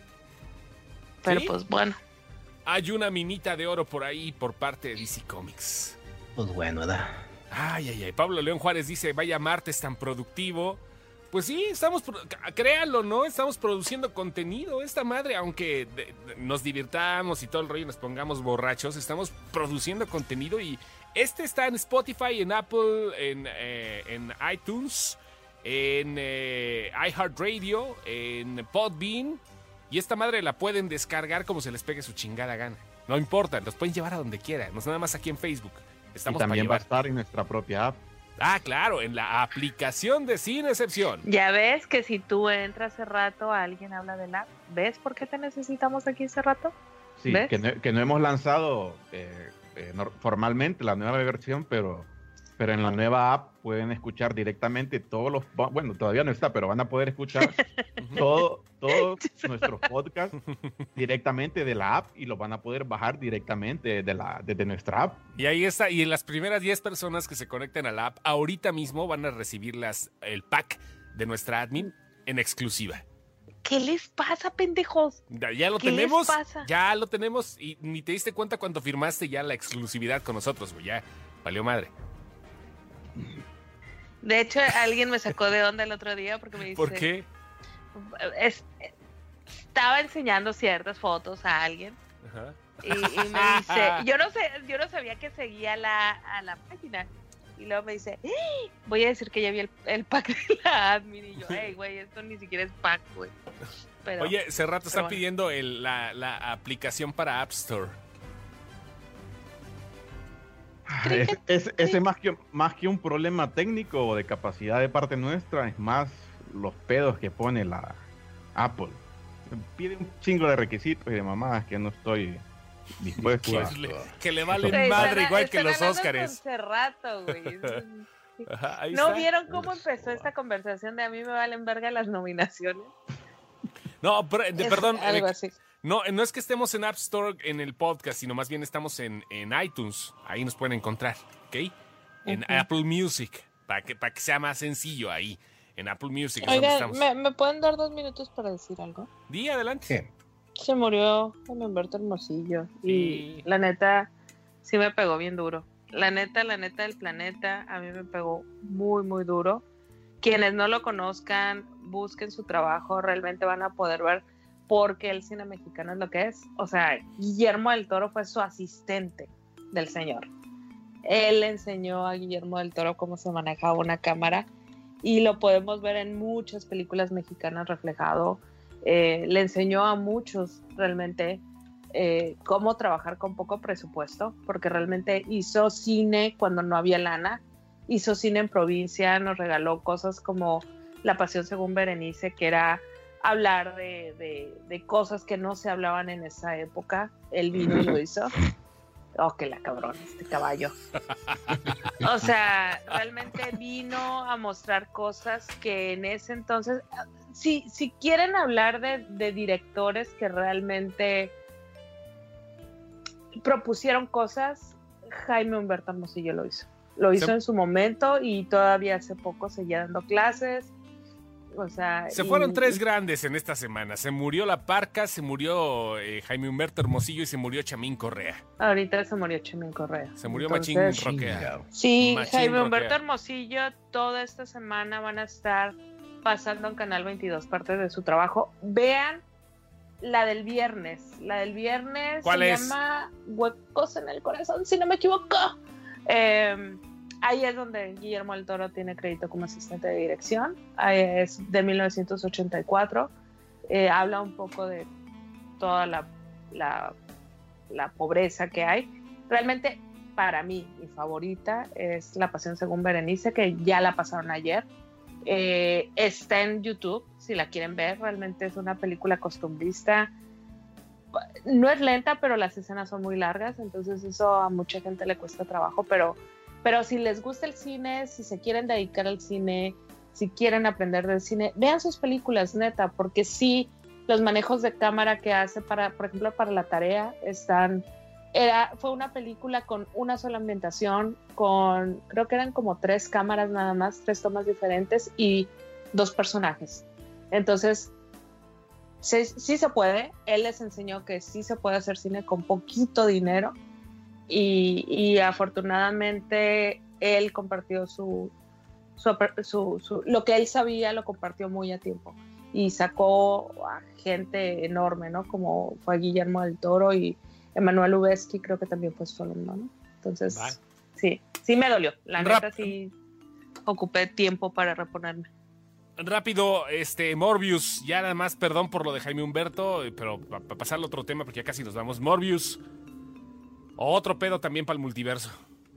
Pero ¿Sí? pues bueno. Hay una minita de oro por ahí por parte de D C Comics. Pues bueno, da. Ay, ay, ay. Pablo León Juárez dice, vaya martes tan productivo. Pues sí, estamos, pro- créanlo, ¿no? Estamos produciendo contenido. Esta madre, aunque de- de- nos divirtamos y todo el rollo y nos pongamos borrachos, estamos produciendo contenido y este está en Spotify, en Apple, en, eh, en iTunes, en eh, iHeartRadio, en Podbean. Y esta madre la pueden descargar como se les pegue su chingada gana. No importa, los pueden llevar a donde quieran. No es nada más aquí en Facebook. Estamos y también va para a llevar. estar en nuestra propia app. Ah, claro, en la aplicación de Sin Excepción. Ya ves que si tú entras hace rato, alguien habla del app. ¿Ves por qué te necesitamos aquí hace rato? Sí, ¿Ves? que no, que no hemos lanzado eh, eh, no- formalmente la nueva versión, pero, pero en la nueva app pueden escuchar directamente todos los... po- Bueno, todavía no está, pero van a poder escuchar todo, todos nuestros podcasts directamente de la app y los van a poder bajar directamente de la, desde nuestra app. Y ahí está. Y en las primeras diez personas que se conecten a la app, ahorita mismo van a recibir las, el pack de nuestra admin en exclusiva. ¿Qué les pasa, pendejos? Ya, ya lo ¿Qué les tenemos. pasa? Ya lo tenemos. Y ni te diste cuenta cuando firmaste ya la exclusividad con nosotros, güey. Ya valió madre. De hecho, alguien me sacó de onda el otro día porque me dice... ¿Por qué? es- estaba enseñando ciertas fotos a alguien Ajá. y, y me dice, yo no sé, yo no sabía que seguía la, a la página y luego me dice, "¡Ah! Voy a decir que ya vi el, el pack de la admin", y yo, hey, güey, esto ni siquiera es pack, güey. Pero, Oye, hace rato está bueno. pidiendo el- la, la aplicación para App Store. Es- es- ese más que, más que un problema técnico o de capacidad de parte nuestra, es más los pedos que pone la Apple. Pide un chingo de requisitos y de mamadas que no estoy dispuesto Que a... le, que le valen Güey, madre están- igual que están los hablando Óscares. con Cerrato, güey. Ajá, ahí ¿No está. vieron cómo empezó esta conversación de a mí me valen verga las nominaciones? No, pero, de- Es perdón. algo eh, así. No, no es que estemos en App Store en el podcast, sino más bien estamos en, en iTunes. Ahí nos pueden encontrar, ¿ok? En Ujú. Apple Music, para que, para que sea más sencillo ahí. En Apple Music es donde Oigan, estamos. ¿me, ¿me pueden dar dos minutos para decir algo? Di adelante. ¿Qué? Se murió don Humberto Hermosillo. Sí. Y la neta, sí me pegó bien duro. La neta, la neta del planeta, a mí me pegó muy, muy duro. Quienes no lo conozcan, busquen su trabajo, realmente van a poder ver por qué el cine mexicano es lo que es. O sea, Guillermo del Toro fue su asistente del señor. Él le enseñó a Guillermo del Toro cómo se manejaba una cámara y lo podemos ver en muchas películas mexicanas reflejado. Eh, le enseñó a muchos realmente eh, cómo trabajar con poco presupuesto, porque realmente hizo cine cuando no había lana, hizo cine en provincia, nos regaló cosas como La Pasión según Berenice, que era hablar de, de, de cosas que no se hablaban en esa época. Él vino y lo hizo. Oh, que la cabrón, este caballo. O sea, realmente vino a mostrar cosas que en ese entonces, si, si quieren hablar de, de directores que realmente propusieron cosas, Jaime Humberto Hermosillo lo hizo. Lo hizo Sí. en su momento y todavía hace poco seguía dando clases. O sea, Se y- fueron tres grandes en esta semana. Se murió La Parca, se murió eh, Jaime Humberto Hermosillo y se murió Chamín Correa. Ahorita se murió Chimín Correa. Se murió Entonces, Machín Roquea. Chingao. Sí, Machín Jaime Roquea. Humberto Hermosillo toda esta semana van a estar pasando en Canal veintidós parte de su trabajo. Vean la del viernes. La del viernes ¿Cuál se es? llama Huecos en el Corazón, si no me equivoco. Eh, ahí es donde Guillermo del Toro tiene crédito como asistente de dirección. Ahí es de mil novecientos ochenta y cuatro. Eh, habla un poco de toda la, la, la pobreza que hay. Realmente, para mí, mi favorita es La Pasión según Berenice, que ya la pasaron ayer. Eh, está en YouTube, si la quieren ver. Realmente es una película costumbrista. No es lenta, pero las escenas son muy largas, entonces eso a mucha gente le cuesta trabajo, pero, pero si les gusta el cine, si se quieren dedicar al cine, si quieren aprender del cine, vean sus películas, neta, porque sí, los manejos de cámara que hace, para, por ejemplo, para La Tarea, están... Era, fue una película con una sola ambientación, con creo que eran como tres cámaras nada más, tres tomas diferentes y dos personajes. Entonces, sí, sí se puede. Él les enseñó que sí se puede hacer cine con poquito dinero y, y afortunadamente él compartió su, su, su, su, lo que él sabía, lo compartió muy a tiempo y sacó a gente enorme, ¿no? Como fue Guillermo del Toro y Emanuel Lubezki, creo que también fue su alumno, ¿no? Entonces, Vale. sí, sí me dolió. La Rap- neta sí ocupé tiempo para reponerme. Rápido, este, Morbius, ya nada más, perdón por lo de Jaime Humberto, pero para pasar al otro tema, porque ya casi nos vamos. Morbius, otro pedo también para el multiverso.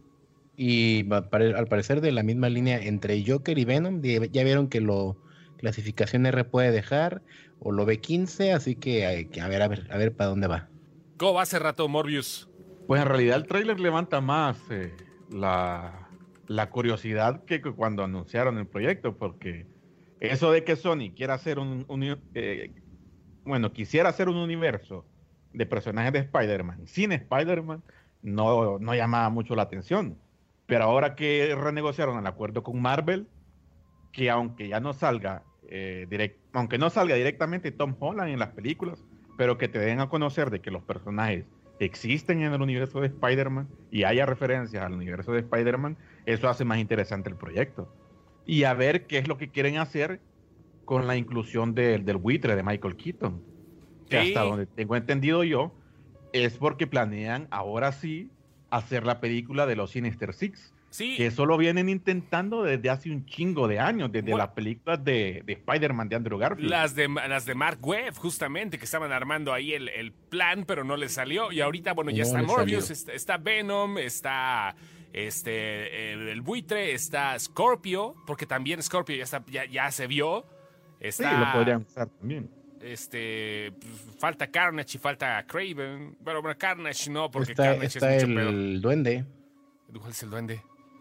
Y va- pare- al parecer de la misma línea entre Joker y Venom, de- ya vieron que lo clasificación R puede dejar, o lo B quince, así que, hay que a ver, a ver, a ver para dónde va. ¿Cómo va hace rato Morbius? Pues en realidad el tráiler levanta más eh, la, la curiosidad que cu- cuando anunciaron el proyecto, porque eso de que Sony quiera hacer un, un, eh, bueno, quisiera hacer un universo de personajes de Spider-Man sin Spider-Man, no, no llamaba mucho la atención. Pero ahora que renegociaron el acuerdo con Marvel, que aunque ya no salga, eh, direct, aunque no salga directamente Tom Holland en las películas, pero que te den a conocer de que los personajes existen en el universo de Spider-Man y haya referencias al universo de Spider-Man, eso hace más interesante el proyecto. Y a ver qué es lo que quieren hacer con la inclusión de- del buitre de Michael Keaton. Que Sí. hasta donde tengo entendido yo, es porque planean ahora sí hacer la película de los Sinister Six. Sí, Que eso lo vienen intentando desde hace un chingo de años, desde Bueno. las películas de, de Spider-Man de Andrew Garfield. las de, las de Mark Webb, justamente, que estaban armando ahí el, el plan, pero no les salió. Y ahorita, bueno, ya No está les Morbius, salió. está, está Venom, está este el, el buitre, está Scorpio, porque también Scorpio ya, está, ya, ya se vio. Sí, Está, lo podrían usar también. este, pues, falta Carnage y falta Craven. Bueno, bueno, Carnage no, porque Está, Carnage está es el mucho pedo. duende, ¿Cuál es el duende?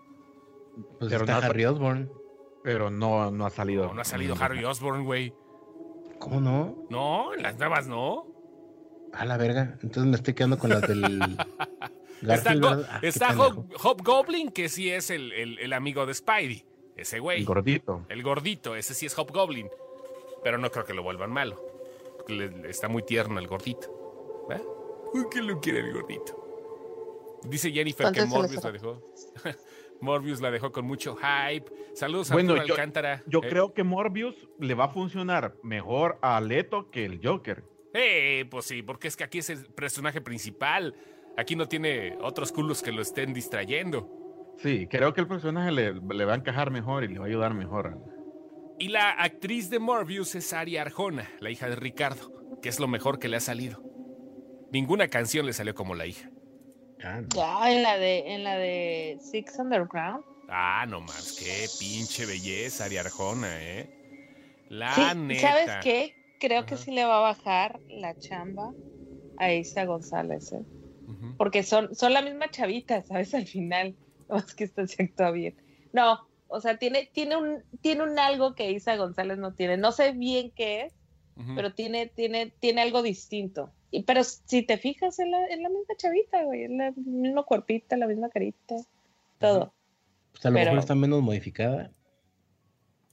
pues Pero está no- Harry Osborn. Pero no, no ha salido. No, no ha salido Harry Osborn, güey. ¿Cómo no? No, en las nuevas no. A la verga. Entonces me estoy quedando con las del Está, Garfield, Go- ¿verdad? Ah, qué está pendejo. Hob- Hobgoblin, que sí es el, el- el amigo de Spidey. Ese güey. El gordito. El gordito, ese sí es Hobgoblin. Pero no creo que lo vuelvan malo. Porque le- le- está muy tierno el gordito. ¿Eh? Uy, ¿qué lo quiere el gordito? Dice Jennifer que ¿Cuánto se Morbius les la dejó. Morbius la dejó con mucho hype. Saludos a Bueno, Arturo yo- Alcántara. Yo Eh, creo que Morbius le va a funcionar mejor a Leto que el Joker. Eh, pues sí, porque es que aquí es el personaje principal. Aquí no tiene otros culos que lo estén distrayendo. Sí, creo que el personaje le, le va a encajar mejor y le va a ayudar mejor. a- Y la actriz de Morbius es Aria Arjona, la hija de Ricardo, que es lo mejor que le ha salido. Ninguna canción le salió como la hija. Ah, no. Ya en la de en la de Six Underground. Ah, no más, qué pinche belleza, Aria Arjona, ¿eh? La Sí, neta. ¿sabes qué? Creo que Ajá. sí le va a bajar la chamba a Isa González, ¿eh? Ujú. Porque son, son la misma chavita, ¿sabes? Al final, no es que esta se actúa bien. No, o sea, tiene, tiene un, tiene un algo que Isa González no tiene. No sé bien qué es, Ujú. pero tiene, tiene, tiene algo distinto. Y, pero si te fijas, es la, es la misma chavita, güey, es la misma cuerpita, la misma carita, todo. Pues a lo Pero- mejor está menos modificada.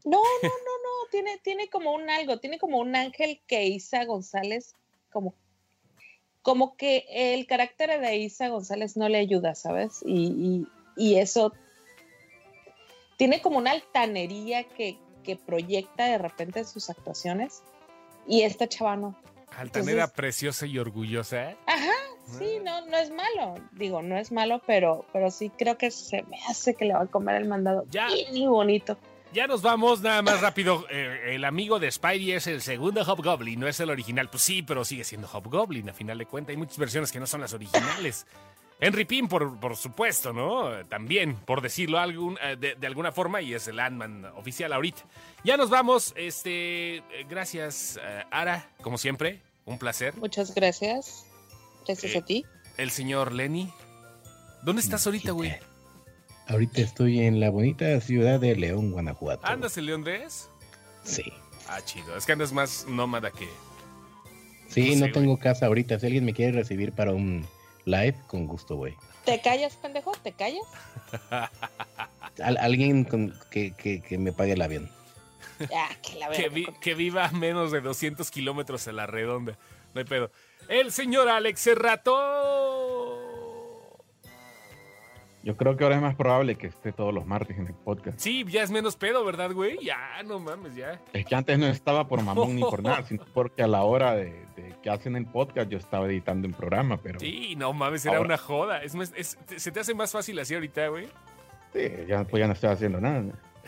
No, no, no, no, tiene, tiene como un algo, tiene como un ángel que Isa González, como, como que el carácter de Isa González no le ayuda, ¿sabes? Y, y, y eso tiene como una altanería que, que proyecta de repente en sus actuaciones, y esta chava no. Altanera, Entonces, preciosa y orgullosa. ajá, sí, no, no es malo, digo, no es malo, pero, pero sí creo que se me hace que le va a comer el mandado. Ya. Y ni bonito. Ya nos vamos, nada más rápido. Eh, el amigo de Spidey es el segundo Hobgoblin, no es el original. Pues sí, pero sigue siendo Hobgoblin, a final de cuentas. Hay muchas versiones que no son las originales. Henry Pym, por, por supuesto, ¿no? También, por decirlo algún, de, de alguna forma, y es el Ant-Man oficial ahorita. Ya nos vamos. Este, gracias, uh, Ara, como siempre. Un placer. Muchas gracias. Gracias Eh, a ti. El señor Lenny. ¿Dónde estás ahorita, güey? Ahorita estoy en la bonita ciudad de León, Guanajuato. ¿Andas en León tres? Sí. Ah, chido. Es que andas más nómada que... Sí, No no, sé, tengo casa ahorita. Si alguien me quiere recibir para un live, con gusto, güey. ¿Te callas, pendejo? ¿Te callas? Al- alguien con- que, que, que me pague el avión. Ah, que la Que, verdad. vi- que viva a menos de doscientos kilómetros a la redonda. No hay pedo. El señor Alex Serrato. Yo creo que ahora es más probable que esté todos los martes en el podcast. Sí, ya es menos pedo, ¿verdad, güey? Ya, no mames, ya. Es que antes no estaba por mamón ni por nada, sino porque a la hora de, de que hacen el podcast yo estaba editando un programa, pero Sí, no mames, era Ahora- una joda. Es, más- es- ¿se te hace más fácil así ahorita, güey? sí, ya, pues ya no estoy haciendo nada.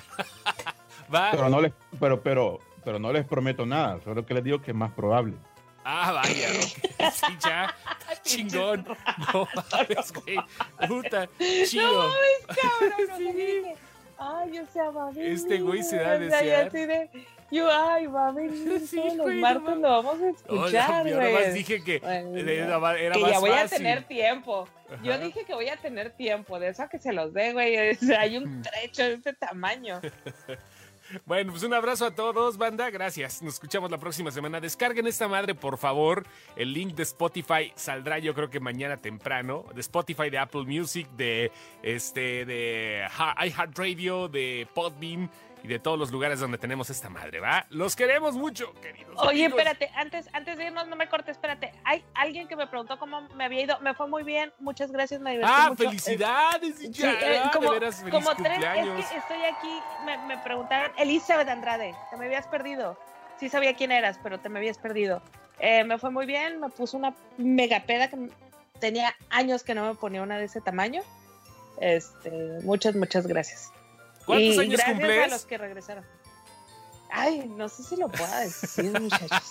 Va. Pero no les, pero, pero, pero no les prometo nada, solo que les digo que es más probable. Ah, vaya, ok. Sí, ya. Chingón. No mames, güey. Puta, chido. No mames, cabrón. No Sí. te dije. Ay, yo sea mami. Este güey se da a O sea, desear. ya así de, yo, ay, mami. Sí, todos los güey, no martes mames. lo vamos a Oiga, escuchar, yo nada más güey. dije que Bueno, era, más- era que más ya voy a fácil. tener tiempo. Yo Ajá. dije que voy a tener tiempo, de eso a que se los dé, güey. O sea, hay Hmm. un trecho de este tamaño. Bueno, pues un abrazo a todos, banda. Gracias. Nos escuchamos la próxima semana. Descarguen esta madre, por favor. El link de Spotify saldrá, yo creo que mañana temprano. De Spotify, de Apple Music, de este, de Ha- iHeartRadio, de Podbean y de todos los lugares donde tenemos esta madre, ¿va? Los queremos mucho, queridos. Oye, amigos. espérate, antes, antes de irnos, no me cortes, espérate. Hay alguien que me preguntó cómo me había ido. Me fue muy bien, muchas gracias, me divertí Ah, mucho. felicidades, Sí, ya, eh, como, de veras, feliz como tres, cumpleaños. es que estoy aquí, me, me preguntaron, Elizabeth Andrade, te me habías perdido. Sí sabía quién eras, pero te me habías perdido. Eh, me fue muy bien, me puso una mega peda que tenía años que no me ponía una de ese tamaño. Este, muchas, muchas gracias. ¿Cuántos Y años gracias cumples? a los que regresaron. Ay, no sé si lo pueda decir, muchachos.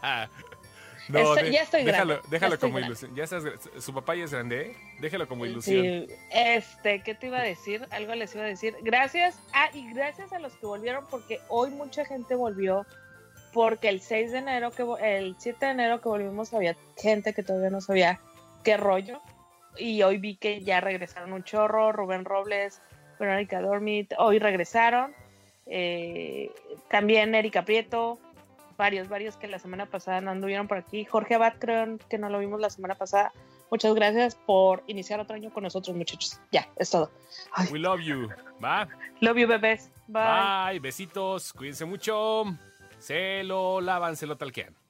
No, Estoy- de- ya estoy déjalo, grande, déjalo ya estoy como grande. ilusión. Ya estás, gra- su papá ya es grande, ¿eh? Déjalo como ilusión. Sí, este, ¿qué te iba a decir? Algo les iba a decir. Gracias, ah, y gracias a los que volvieron, porque hoy mucha gente volvió, porque el seis de enero, que vo- el siete de enero que volvimos, había gente que todavía no sabía qué rollo, y hoy vi que ya regresaron un chorro, Rubén Robles, Verónica Dormit, hoy regresaron, eh, también Erika Prieto, varios, varios que la semana pasada no anduvieron por aquí, Jorge Abad creo que no lo vimos la semana pasada. Muchas gracias por iniciar otro año con nosotros, muchachos. Ya, es todo. Ay, We love you. ¿Va? love you, bebés. Bye. Bye. Besitos. Cuídense mucho. Se lo lavan, se lo talquean.